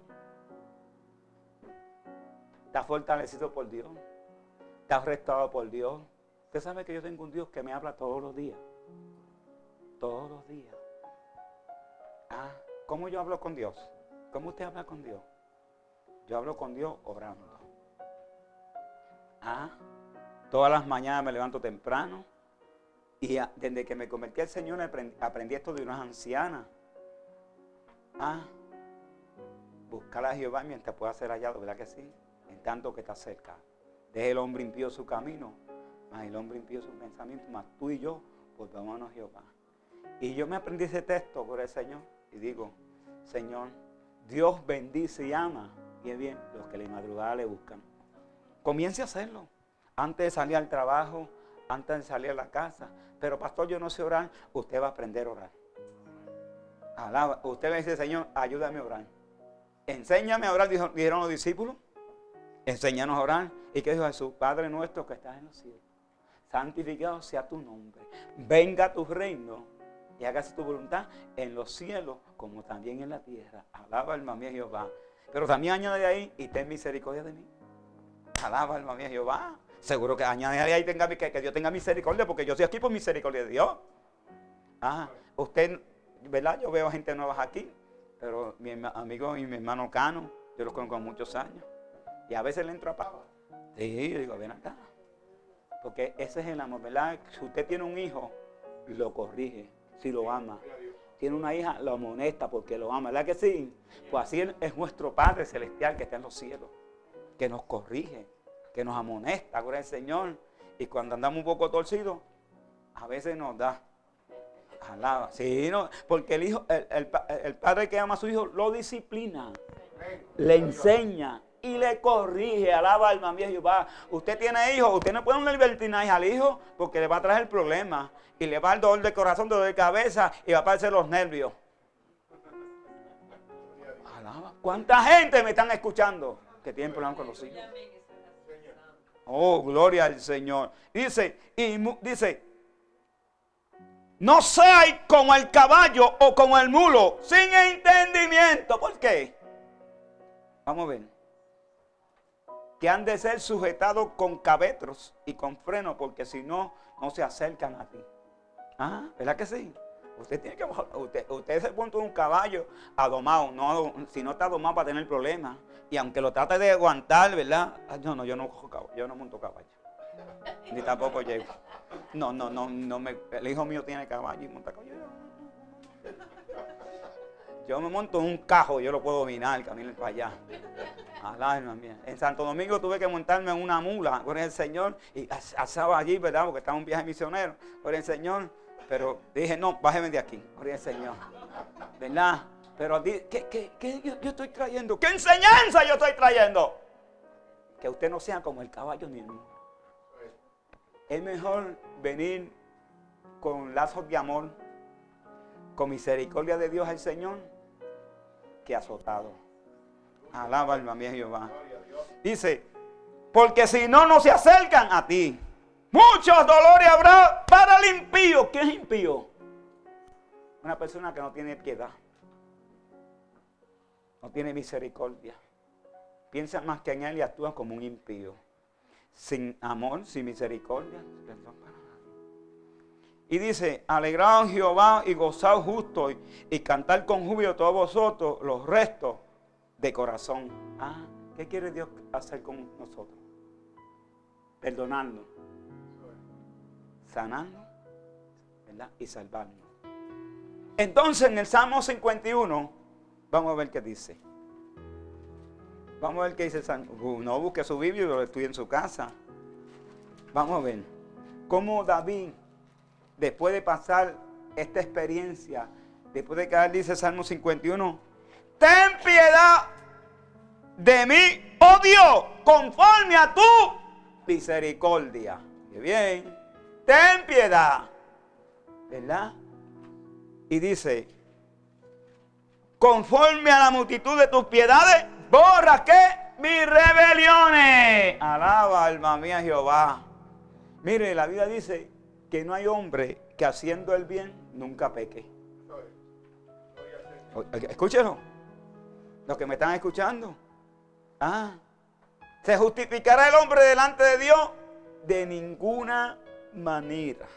Está fortalecido por Dios. Está restaurado por Dios. Usted sabe que yo tengo un Dios que me habla todos los días. Todos los días. Ah, ¿cómo yo hablo con Dios? ¿Cómo usted habla con Dios? Yo hablo con Dios orando. Ah, todas las mañanas me levanto temprano. Y desde que me convertí al Señor aprendí, aprendí esto de unas ancianas. Ah, buscar a Jehová mientras pueda ser hallado, ¿verdad que sí? En tanto que está cerca. Deje el hombre impío su camino, mas el hombre impío sus pensamientos, mas tú y yo volvámonos a Jehová. Y yo me aprendí ese texto por el Señor y digo, Señor, Dios bendice y ama, y es bien, los que de madrugada le buscan. Comience a hacerlo, antes de salir al trabajo, antes de salir a la casa. Pero pastor, yo no sé orar. Usted va a aprender a orar. Alaba. Usted le dice, Señor, ayúdame a orar. Enséñame a orar, dijeron los discípulos. Enséñanos a orar. ¿Y qué dijo Jesús? Padre nuestro que estás en los cielos, santificado sea tu nombre. Venga tu reino y hágase tu voluntad en los cielos como también en la tierra. Alaba alma mía Jehová. Pero también añade ahí, y ten misericordia de mí. Alaba alma mía Jehová. Seguro que añade ahí tenga, que, que Dios tenga misericordia, porque yo estoy aquí por misericordia de Dios. Ah, usted, ¿verdad? Yo veo gente nueva aquí, pero mi amigo y mi hermano Cano, yo los conozco muchos años. Y a veces le entro a pava. Sí, yo digo, ven acá. Porque ese es el amor, ¿verdad? Si usted tiene un hijo, lo corrige, si lo ama. Tiene una hija, lo amonesta porque lo ama, ¿verdad que sí? Pues así es nuestro Padre Celestial que está en los cielos, que nos corrige, que nos amonesta, gloria al Señor. Y cuando andamos un poco torcidos, a veces nos da. Alaba. Sí, no, porque el hijo, el, el, el padre que ama a su hijo lo disciplina, le enseña y le corrige. Alaba alma mía Jehová. Usted tiene hijos, usted no puede darle libertinaje al hijo porque le va a traer el problema. Y le va a dar dolor de corazón, dolor de cabeza y va a aparecer los nervios. Alaba. ¿Cuánta gente me están escuchando que tienen problemas con los hijos? Oh, gloria al Señor. Dice, y dice, no seáis como el caballo o como el mulo, sin entendimiento. ¿Por qué? Vamos a ver. que han de ser sujetados con cabestros y con freno, porque si no, no se acercan a ti. Ah, ¿verdad que sí? Usted tiene que usted, usted se pone un caballo adomado, no, si no está adomado va a tener problemas. Y aunque lo trate de aguantar, ¿verdad? Ah, no, no, yo no cojo caballo, yo no monto caballo. Ni tampoco llego. No, no, no, no me, el hijo mío tiene caballo y monta caballo. Yo me monto en un cajo, yo lo puedo dominar, caminar para allá. Alma mía. En Santo Domingo tuve que montarme en una mula con el Señor y asaba allí, ¿verdad? Porque estaba en un viaje misionero con el Señor. Pero dije, no, bájeme de aquí, gloria al Señor. ¿Verdad? Pero, ¿qué, qué, qué yo, yo estoy trayendo? ¿Qué enseñanza yo estoy trayendo? Que usted no sea como el caballo ni el mundo. Es mejor venir con lazos de amor, con misericordia de Dios al Señor, que azotado. Alaba alma mía Jehová. Dice, porque si no, no se acercan a ti. Muchos dolores habrá para el impío. ¿Qué es impío? Una persona que no tiene piedad. No tiene misericordia. Piensa más que en él y actúa como un impío. Sin amor, sin misericordia. Y dice, alegraos Jehová y gozaos justo y, y cantar con júbilo todos vosotros los restos de corazón. Ah, ¿qué quiere Dios hacer con nosotros? Perdonarnos, sanarnos, ¿verdad? Y salvarnos. Entonces en el Salmo cincuenta y uno, vamos a ver qué dice. Vamos a ver qué dice el Salmo. No busque su Biblia, lo estudie en su casa. Vamos a ver cómo David, después de pasar esta experiencia, después de que dice el Salmo cincuenta y uno, ten piedad de mí, oh Dios, conforme a tu misericordia. Qué bien. Ten piedad. ¿Verdad? Y dice, conforme a la multitud de tus piedades, borra ¿qué? Mis rebeliones. Alaba alma mía Jehová. Mire, la Biblia dice que no hay hombre que haciendo el bien nunca peque. Escúchelo. Los que me están escuchando. Ah, ¿se justificará el hombre delante de Dios? De ninguna manera.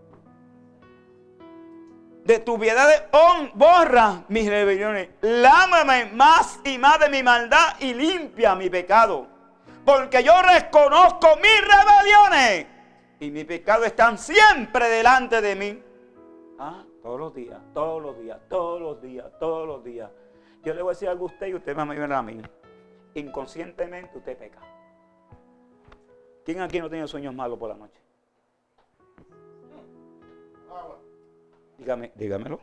De tu piedad borra mis rebeliones. Lávame más y más de mi maldad y limpia mi pecado. Porque yo reconozco mis rebeliones y mis pecados están siempre delante de mí. Ah, todos los días, todos los días, todos los días, todos los días. Yo le voy a decir algo a usted y usted me va a ayudar a mí. Inconscientemente usted peca. ¿Quién aquí no tiene sueños malos por la noche? Dígame, dígamelo.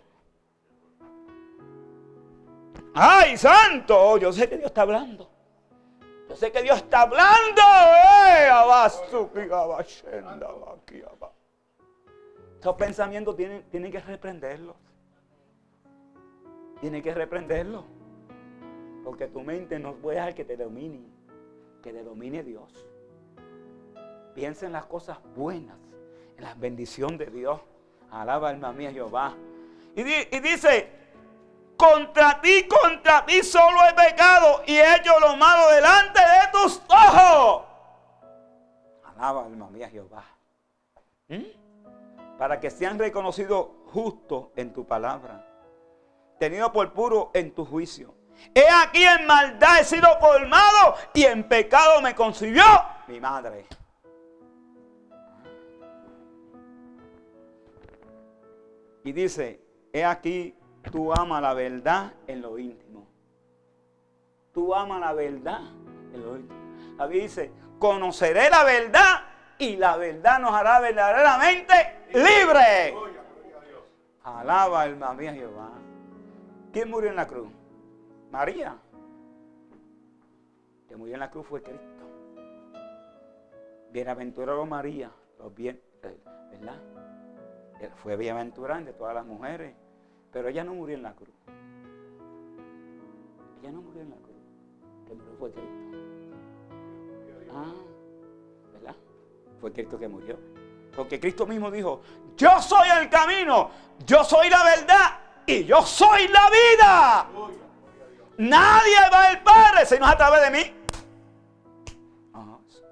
¡Ay, santo! Yo sé que Dios está hablando. Yo sé que Dios está hablando. ¡Eh! Esos pensamientos tienen, tienen que reprenderlos. Tienen que reprenderlos. Porque tu mente no puede dejar que te domine. Que te domine Dios. Piensa en las cosas buenas. En la bendición de Dios. Alaba alma mía Jehová. Y, di, y dice, contra ti, contra ti solo he pecado y he hecho lo malo delante de tus ojos. Alaba alma mía Jehová. ¿Mm? Para que sean reconocidos justos en tu palabra, tenido por puro en tu juicio. He aquí en maldad he sido formado y en pecado me concibió mi madre. Y dice, he aquí, tú amas la verdad en lo íntimo. Tú amas la verdad en lo íntimo. La Biblia dice, conoceré la verdad y la verdad nos hará verdaderamente libres. Alaba alma mía Jehová. ¿Quién murió en la cruz? María. Que murió en la cruz fue Cristo. Bienaventurado María, los bien, ¿verdad? Fue bienaventurada de todas las mujeres, pero ella no murió en la cruz. Ella no murió en la cruz. Que murió fue Cristo. Ah, ¿verdad? Fue Cristo que murió. Porque Cristo mismo dijo, yo soy el camino, yo soy la verdad y yo soy la vida. Nadie va al Padre si no es a través de mí.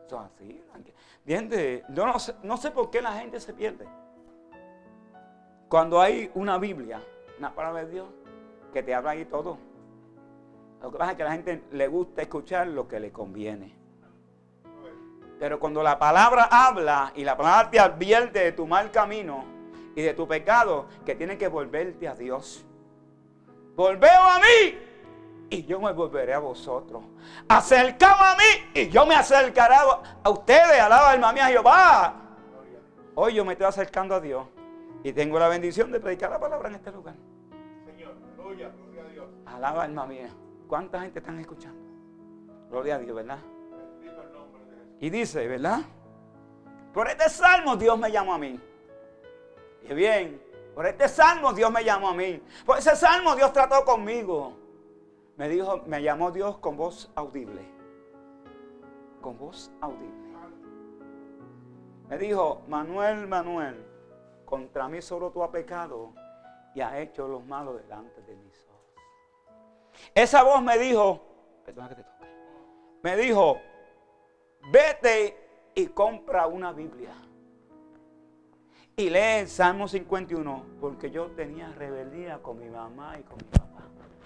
Eso es así. ¿Entiendes? Yo no sé, no sé por qué la gente se pierde. Cuando hay una Biblia, una palabra de Dios, que te habla ahí todo. Lo que pasa es que a la gente le gusta escuchar lo que le conviene. Pero cuando la palabra habla y la palabra te advierte de tu mal camino y de tu pecado, que tienes que volverte a Dios. Volveos a mí y yo me volveré a vosotros. Acercaos a mí y yo me acercaré a ustedes. Alaba alma mía Jehová. Hoy yo me estoy acercando a Dios y tengo la bendición de predicar la palabra en este lugar. Señor, aleluya, gloria a Dios. Alaba alma mía. ¿Cuánta gente están escuchando? Gloria a Dios, ¿verdad? Bendito el nombre de Jesús. Y dice, ¿verdad? Por este salmo Dios me llamó a mí. Y bien, por este salmo Dios me llamó a mí. Por ese salmo Dios trató conmigo. Me dijo, me llamó Dios con voz audible. Con voz audible. Me dijo, Manuel, Manuel, contra mí solo tú has pecado y has hecho los malos delante de mis ojos. Esa voz me dijo, perdona que te toque, me dijo, vete y compra una Biblia. Y lee el Salmo cincuenta y uno, porque yo tenía rebeldía con mi mamá y con mi papá.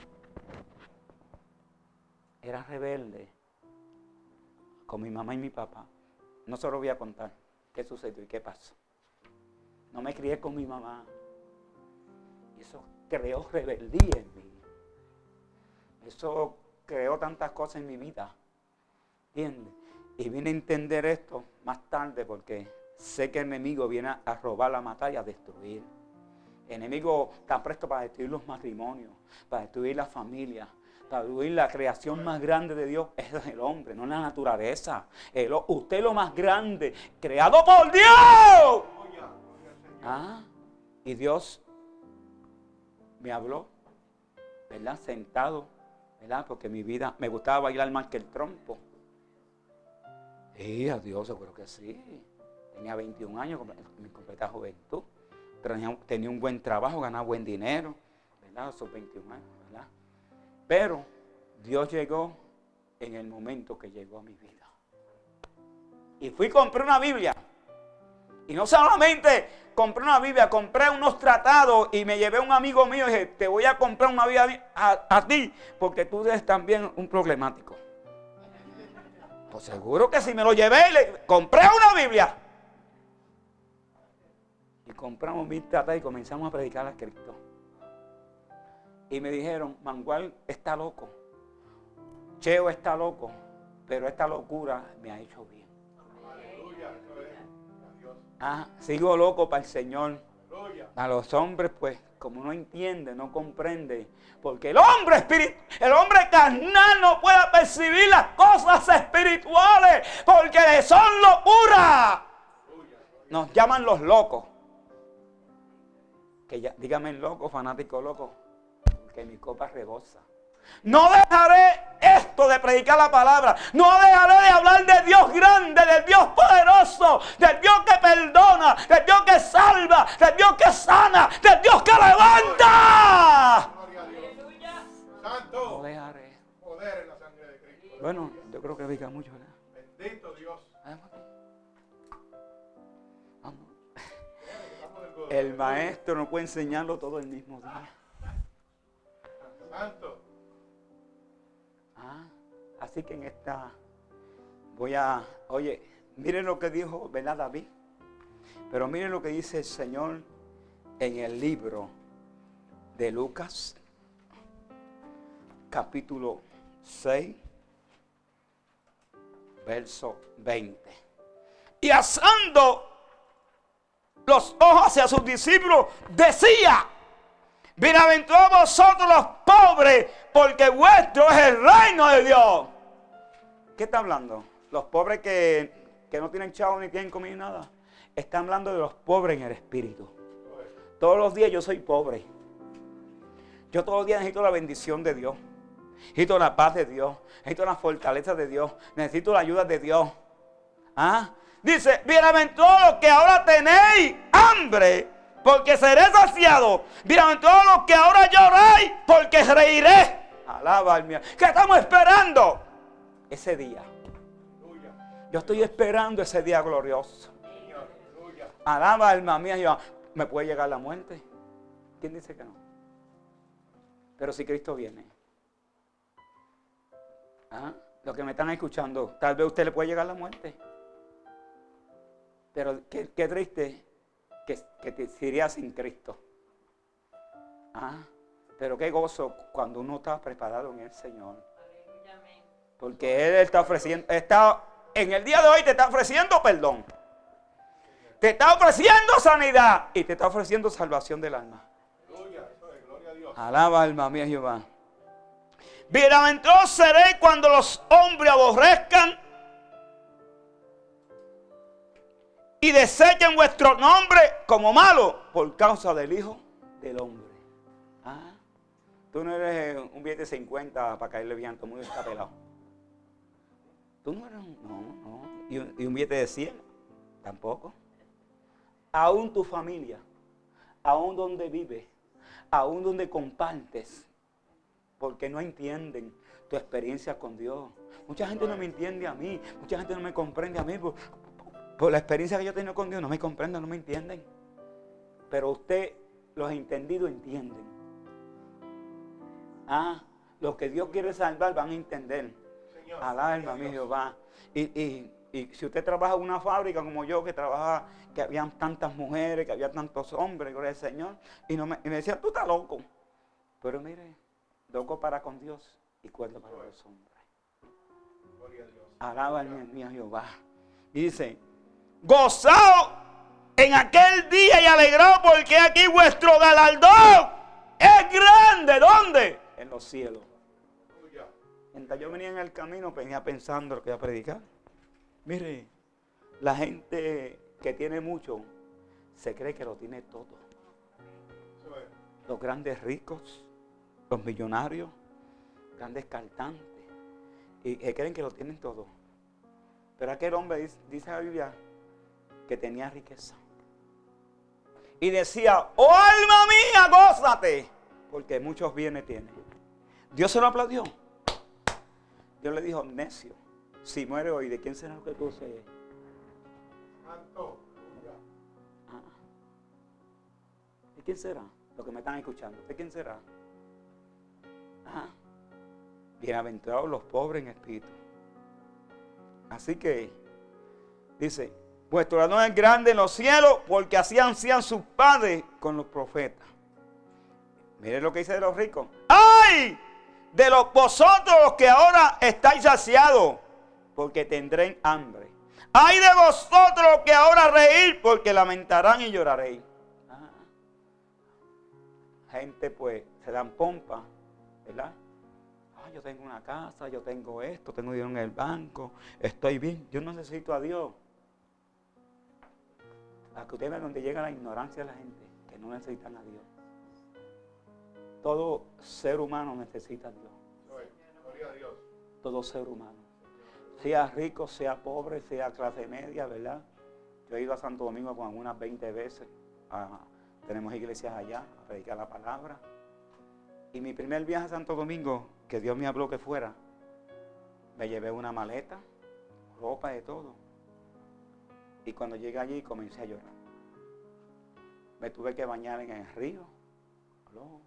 Era rebelde con mi mamá y mi papá. No se lo voy a contar qué sucedió y qué pasó. No me crié con mi mamá. Y eso creó rebeldía en mí. Eso creó tantas cosas en mi vida. ¿Entiendes? Y vine a entender esto más tarde porque sé que el enemigo viene a robar, a matar y a destruir. El enemigo está presto para destruir los matrimonios, para destruir la familia, para destruir la creación más grande de Dios. Es el hombre, no la naturaleza. El, usted es lo más grande, creado por Dios. Ah, y Dios me habló, ¿verdad? Sentado, ¿verdad? Porque mi vida, me gustaba bailar más que el trompo. Sí, a Dios, seguro que sí. Tenía veintiún años, mi completa juventud. Pero tenía, tenía un buen trabajo, ganaba buen dinero, ¿verdad? Esos veintiún años, ¿verdad? Pero Dios llegó en el momento que llegó a mi vida. Y fui y compré una Biblia. Y no solamente compré una Biblia, compré unos tratados y me llevé a un amigo mío y dije, te voy a comprar una Biblia a, a ti, porque tú eres también un problemático. Pues seguro que si me lo llevé, le compré una Biblia. Y compramos mil tratados y comenzamos a predicar a Cristo. Y me dijeron, Mangual está loco, Cheo está loco, pero esta locura me ha hecho bien. Aleluya. Ah, sigo loco para el Señor. Aleluya. A los hombres, pues, como no entiende, no comprende, porque el hombre espíritu, el hombre carnal no puede percibir las cosas espirituales, porque son locura. Nos llaman los locos. Que ya, dígame loco, fanático loco, que mi copa rebosa. No dejaré esto de predicar la palabra. No dejaré de hablar de Dios grande, del Dios poderoso, del Dios que perdona, del Dios que salva, del Dios que sana, del Dios que levanta. Gloria a Dios. Santo. No dejaré. Poder en la sangre de Cristo. Bueno, yo creo que diga mucho, ¿verdad? Bendito Dios. Vamos. El maestro no puede enseñarlo todo el mismo día. Santo. Ah, así que en esta voy a, oye, miren lo que dijo, ¿verdad, David? Pero miren lo que dice el Señor en el libro de Lucas, capítulo seis, verso veinte. Y alzando los ojos hacia sus discípulos, decía: bienaventurados vosotros los pobres, porque vuestro es el reino de Dios. ¿Qué está hablando? Los pobres que, que no tienen chavo ni tienen comida ni nada. Está hablando de los pobres en el espíritu. Todos los días yo soy pobre. Yo todos los días necesito la bendición de Dios. Necesito la paz de Dios. Necesito la fortaleza de Dios. Necesito la ayuda de Dios. ¿Ah? Dice, bienaventurados los que ahora tenéis hambre, porque seré saciado. Bienaventurados los que ahora lloráis, porque reiré. Alaba al mío. ¿Qué estamos esperando? Ese día. Yo estoy esperando ese día glorioso. Alaba, alma mía, Jehová. ¿Me puede llegar la muerte? ¿Quién dice que no? Pero si Cristo viene. ¿Ah? Los que me están escuchando, tal vez a usted le puede llegar la muerte. Pero qué, qué triste que, que te irías sin Cristo. ¿Ah? Pero qué gozo cuando uno está preparado en el Señor. Porque Él está ofreciendo, está, en el día de hoy te está ofreciendo perdón. Te está ofreciendo sanidad y te está ofreciendo salvación del alma. Alaba, alma mía, Jehová. Bienaventurados seréis cuando los hombres aborrezcan y desechen vuestro nombre como malo por causa del Hijo del Hombre. ¿Ah? Tú no eres un billete de cincuenta para caerle bien, todo el mundo está pelado. Tú no eres un, no, no. ¿Y un, y un billete de cien? Tampoco. Aún tu familia, aún donde vives, aún donde compartes, porque no entienden tu experiencia con Dios. Mucha gente no me entiende a mí, mucha gente no me comprende a mí, por, por la experiencia que yo he tenido con Dios, no me comprenden, no me entienden. Pero usted, los entendidos entienden. Ah, los que Dios quiere salvar van a entender. Al alma, mi Jehová. Y, y, y si usted trabaja en una fábrica como yo, que trabaja, que habían tantas mujeres, que había tantos hombres, gloria al Señor, y, no me, y me decían, tú estás loco. Pero mire, loco para con Dios y cuerdo para los hombres. Alaba alma mía Jehová. Y dice, gozado en aquel día y alegrado porque aquí vuestro galardón es grande. ¿Dónde? En los cielos. Mientras yo venía en el camino, venía pensando lo que iba a predicar. Mire, la gente que tiene mucho se cree que lo tiene todo. Los grandes ricos, los millonarios, grandes cantantes, y se creen que lo tienen todo. Pero aquel hombre, dice, dice la Biblia, que tenía riqueza. Y decía, oh alma mía, gózate, porque muchos bienes tiene. Dios se lo aplaudió. Dios le dijo, necio, si muere hoy, ¿de quién será lo que tú seas? Ah. ¿De quién será? Los que me están escuchando, ¿de quién será? Ah. Bienaventurados los pobres en espíritu. Así que, dice, vuestro galardón es grande en los cielos, porque así hacían sus padres con los profetas. Miren lo que dice de los ricos. ¡Ay! De los vosotros los que ahora estáis saciados, porque tendréis hambre. ¡Ay de vosotros los que ahora reír, porque lamentarán y lloraréis! Ah. Gente pues se dan pompa, ¿verdad? Ah, yo tengo una casa, yo tengo esto, tengo dinero en el banco, estoy bien, yo no necesito a Dios. A que ustedes vean donde llega la ignorancia de la gente, que no necesitan a Dios. Todo ser humano necesita a Dios. Todo ser humano. Sea rico, sea pobre, sea clase media, ¿verdad? Yo he ido a Santo Domingo con algunas veinte veces. A, tenemos iglesias allá a predicar la palabra. Y mi primer viaje a Santo Domingo, que Dios me habló que fuera, me llevé una maleta, ropa de todo. Y cuando llegué allí comencé a llorar. Me tuve que bañar en el río. ¿Aló?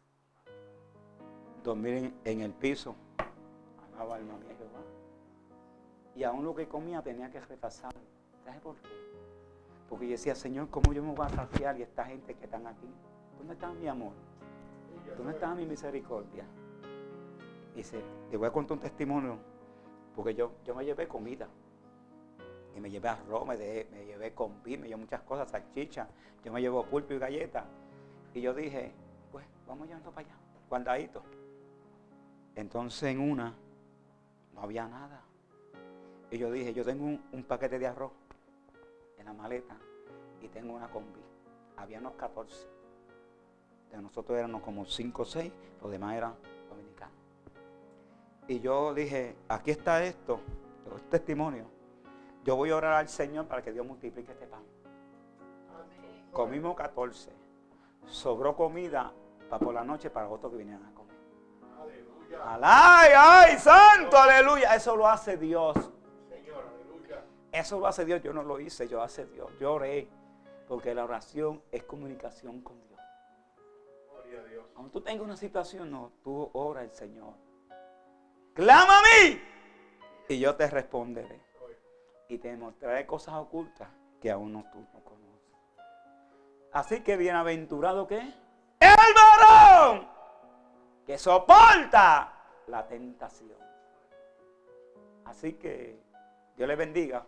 Dormir en, en el piso. Alaba alma mía Jehová. Y aún lo que comía tenía que retrasar. ¿Sabes por qué? Porque yo decía, Señor, ¿cómo yo me voy a saciar? Y esta gente que están aquí, ¿dónde está mi amor? ¿Dónde está mi misericordia? Y dice, te voy a contar un testimonio. Porque yo, yo me llevé comida. Y me llevé arroz, me, dejé, me llevé conví, me llevé muchas cosas, salchicha. Yo me llevo pulpo y galletas. Y yo dije, pues, vamos llevando para allá, guardadito. Entonces en una, no había nada. Y yo dije, yo tengo un, un paquete de arroz en la maleta y tengo una combi. Había unos catorce. De nosotros éramos como cinco o seis, los demás eran dominicanos. Y yo dije, aquí está esto, este testimonio. Yo voy a orar al Señor para que Dios multiplique este pan. Amén. Comimos catorce. Sobró comida para por la noche para otros que vinieran a comer. Aleluya. ¡Ay, ay, santo, aleluya! Eso lo hace Dios. Señor, aleluya. Eso lo hace Dios, yo no lo hice, yo hace Dios. Yo oré, porque la oración es comunicación con Dios. Gloria a Dios. Cuando tú tengas una situación, no, tú ora al Señor. Clama a mí y yo te responderé. Y te mostraré cosas ocultas que aún no tú no conoces. Así que bienaventurado que el varón que soporta la tentación. Así que Dios le bendiga.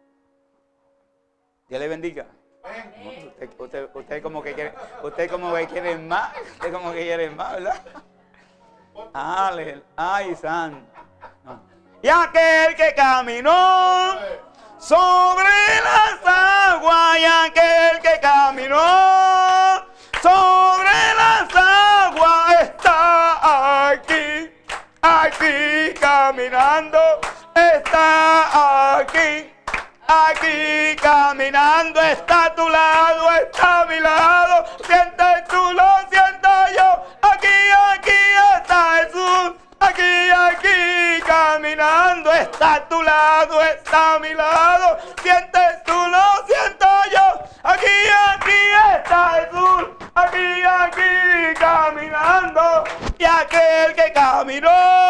Dios le bendiga. No, usted, usted, usted como que quiere, usted como que quiere más, usted como que quiere más, ¿verdad? Ale, ay, san. No. Y aquel que caminó sobre las aguas, y aquel que caminó sobre las aguas está aquí, aquí caminando, está aquí. Aquí caminando, está a tu lado, está a mi lado. Sientes tú, lo siento yo. Aquí, aquí está Jesús. Aquí, aquí caminando, está a tu lado, está a mi lado. Sientes tú, lo siento yo. Aquí, aquí está Jesús. Aquí, aquí caminando. Y aquel que caminó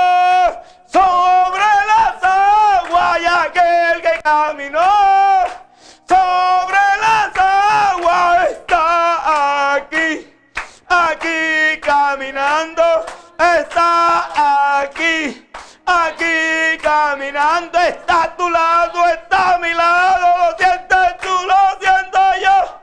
sobre las aguas, y aquel que caminó sobre las aguas está aquí, aquí caminando, está aquí, aquí caminando, está a tu lado, está a mi lado, lo sientes tú, lo siento yo.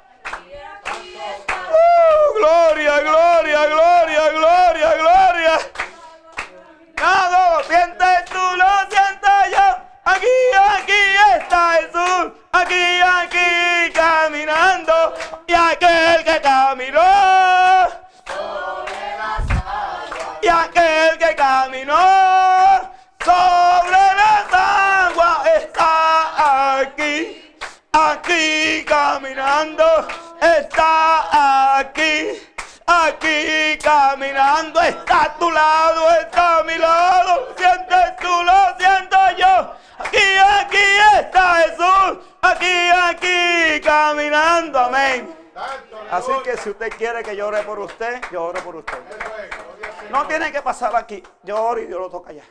Uh, gloria, gloria, gloria, gloria, gloria. Nada, lo sientes tú, lo siento yo. Aquí, aquí está Jesús. Aquí, aquí caminando. Y aquel que caminó sobre las aguas. Y aquel que caminó sobre las aguas está aquí. Aquí caminando. Está aquí. Aquí caminando, está a tu lado, está a mi lado. Sientes tú, lo siento yo. Aquí, aquí está Jesús. Aquí, aquí caminando, amén. Así que si usted quiere que yo ore por usted, yo oro por usted. No tiene que pasar aquí. Yo oro y Dios lo toca allá.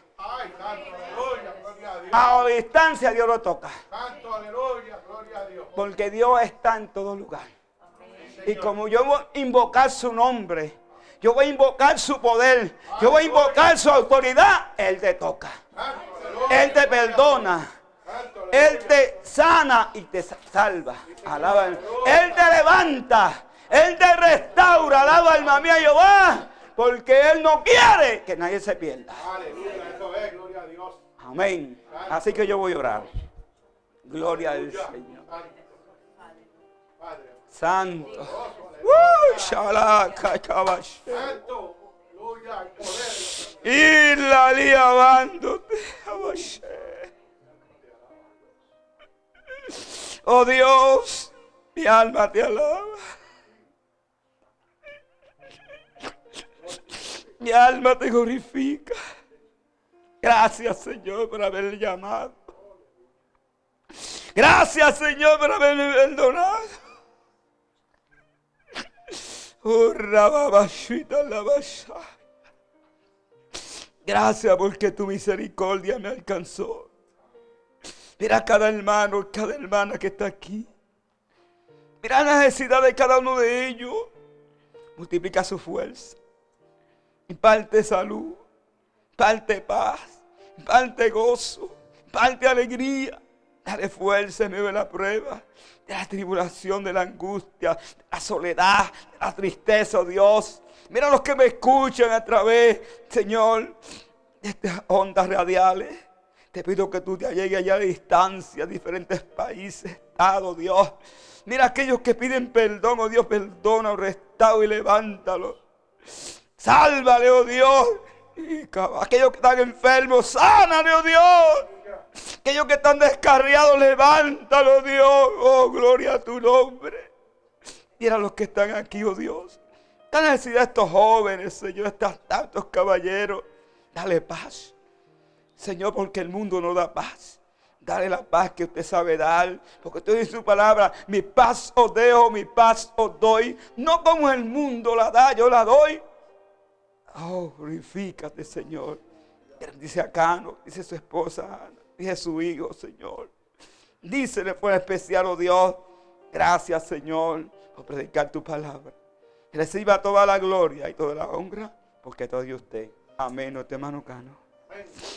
A distancia Dios lo toca. Porque Dios está en todo lugar. Y como yo voy a invocar su nombre, yo voy a invocar su poder, yo voy a invocar su autoridad, Él te toca. Él te perdona. Él te sana y te salva. Alaba. Él te levanta. Él te restaura. Alaba, alma mía, Jehová. Porque Él no quiere que nadie se pierda. Amén. Así que yo voy a orar. Gloria al Señor. Santo. Uh, shalaka, kabash. Y la liabándote. Oh Dios, mi alma te alaba. Mi alma te glorifica. Gracias, Señor, por haberle llamado. Gracias, Señor, por haberle perdonado. Oh, rababashita, labasha. Gracias porque tu misericordia me alcanzó. Mira cada hermano, cada hermana que está aquí. Mira la necesidad de cada uno de ellos. Multiplica su fuerza. Imparte salud. Imparte paz. Imparte gozo. Imparte alegría. Dale fuerza en medio de la prueba, de la tribulación, de la angustia, de la soledad, de la tristeza, oh Dios. Mira los que me escuchan a través, Señor, de estas ondas radiales. Te pido que tú te llegues allá a distancia, a diferentes países, estados, Dios. Mira aquellos que piden perdón, oh Dios, perdona, restaura y levántalo. Sálvale, oh Dios. Y aquellos que están enfermos, sánale, oh Dios. Aquellos que están descarriados, levántalo, Dios. Oh, gloria a tu nombre. Mira los que están aquí, oh Dios. La necesidad de estos jóvenes, Señor, estos tantos caballeros. Dale paz, Señor, porque el mundo no da paz. Dale la paz que usted sabe dar. Porque usted dice su palabra. Mi paz os dejo, mi paz os doy. No como el mundo la da, yo la doy. Oh, glorifícate, Señor. Dice a Cano, dice su esposa Ana, dice su hijo, Señor. Dícele por especial, oh Dios. Gracias, Señor, por predicar tu palabra. Reciba toda la gloria y toda la honra, porque todo de usted. Amén, nuestro hermano Cano.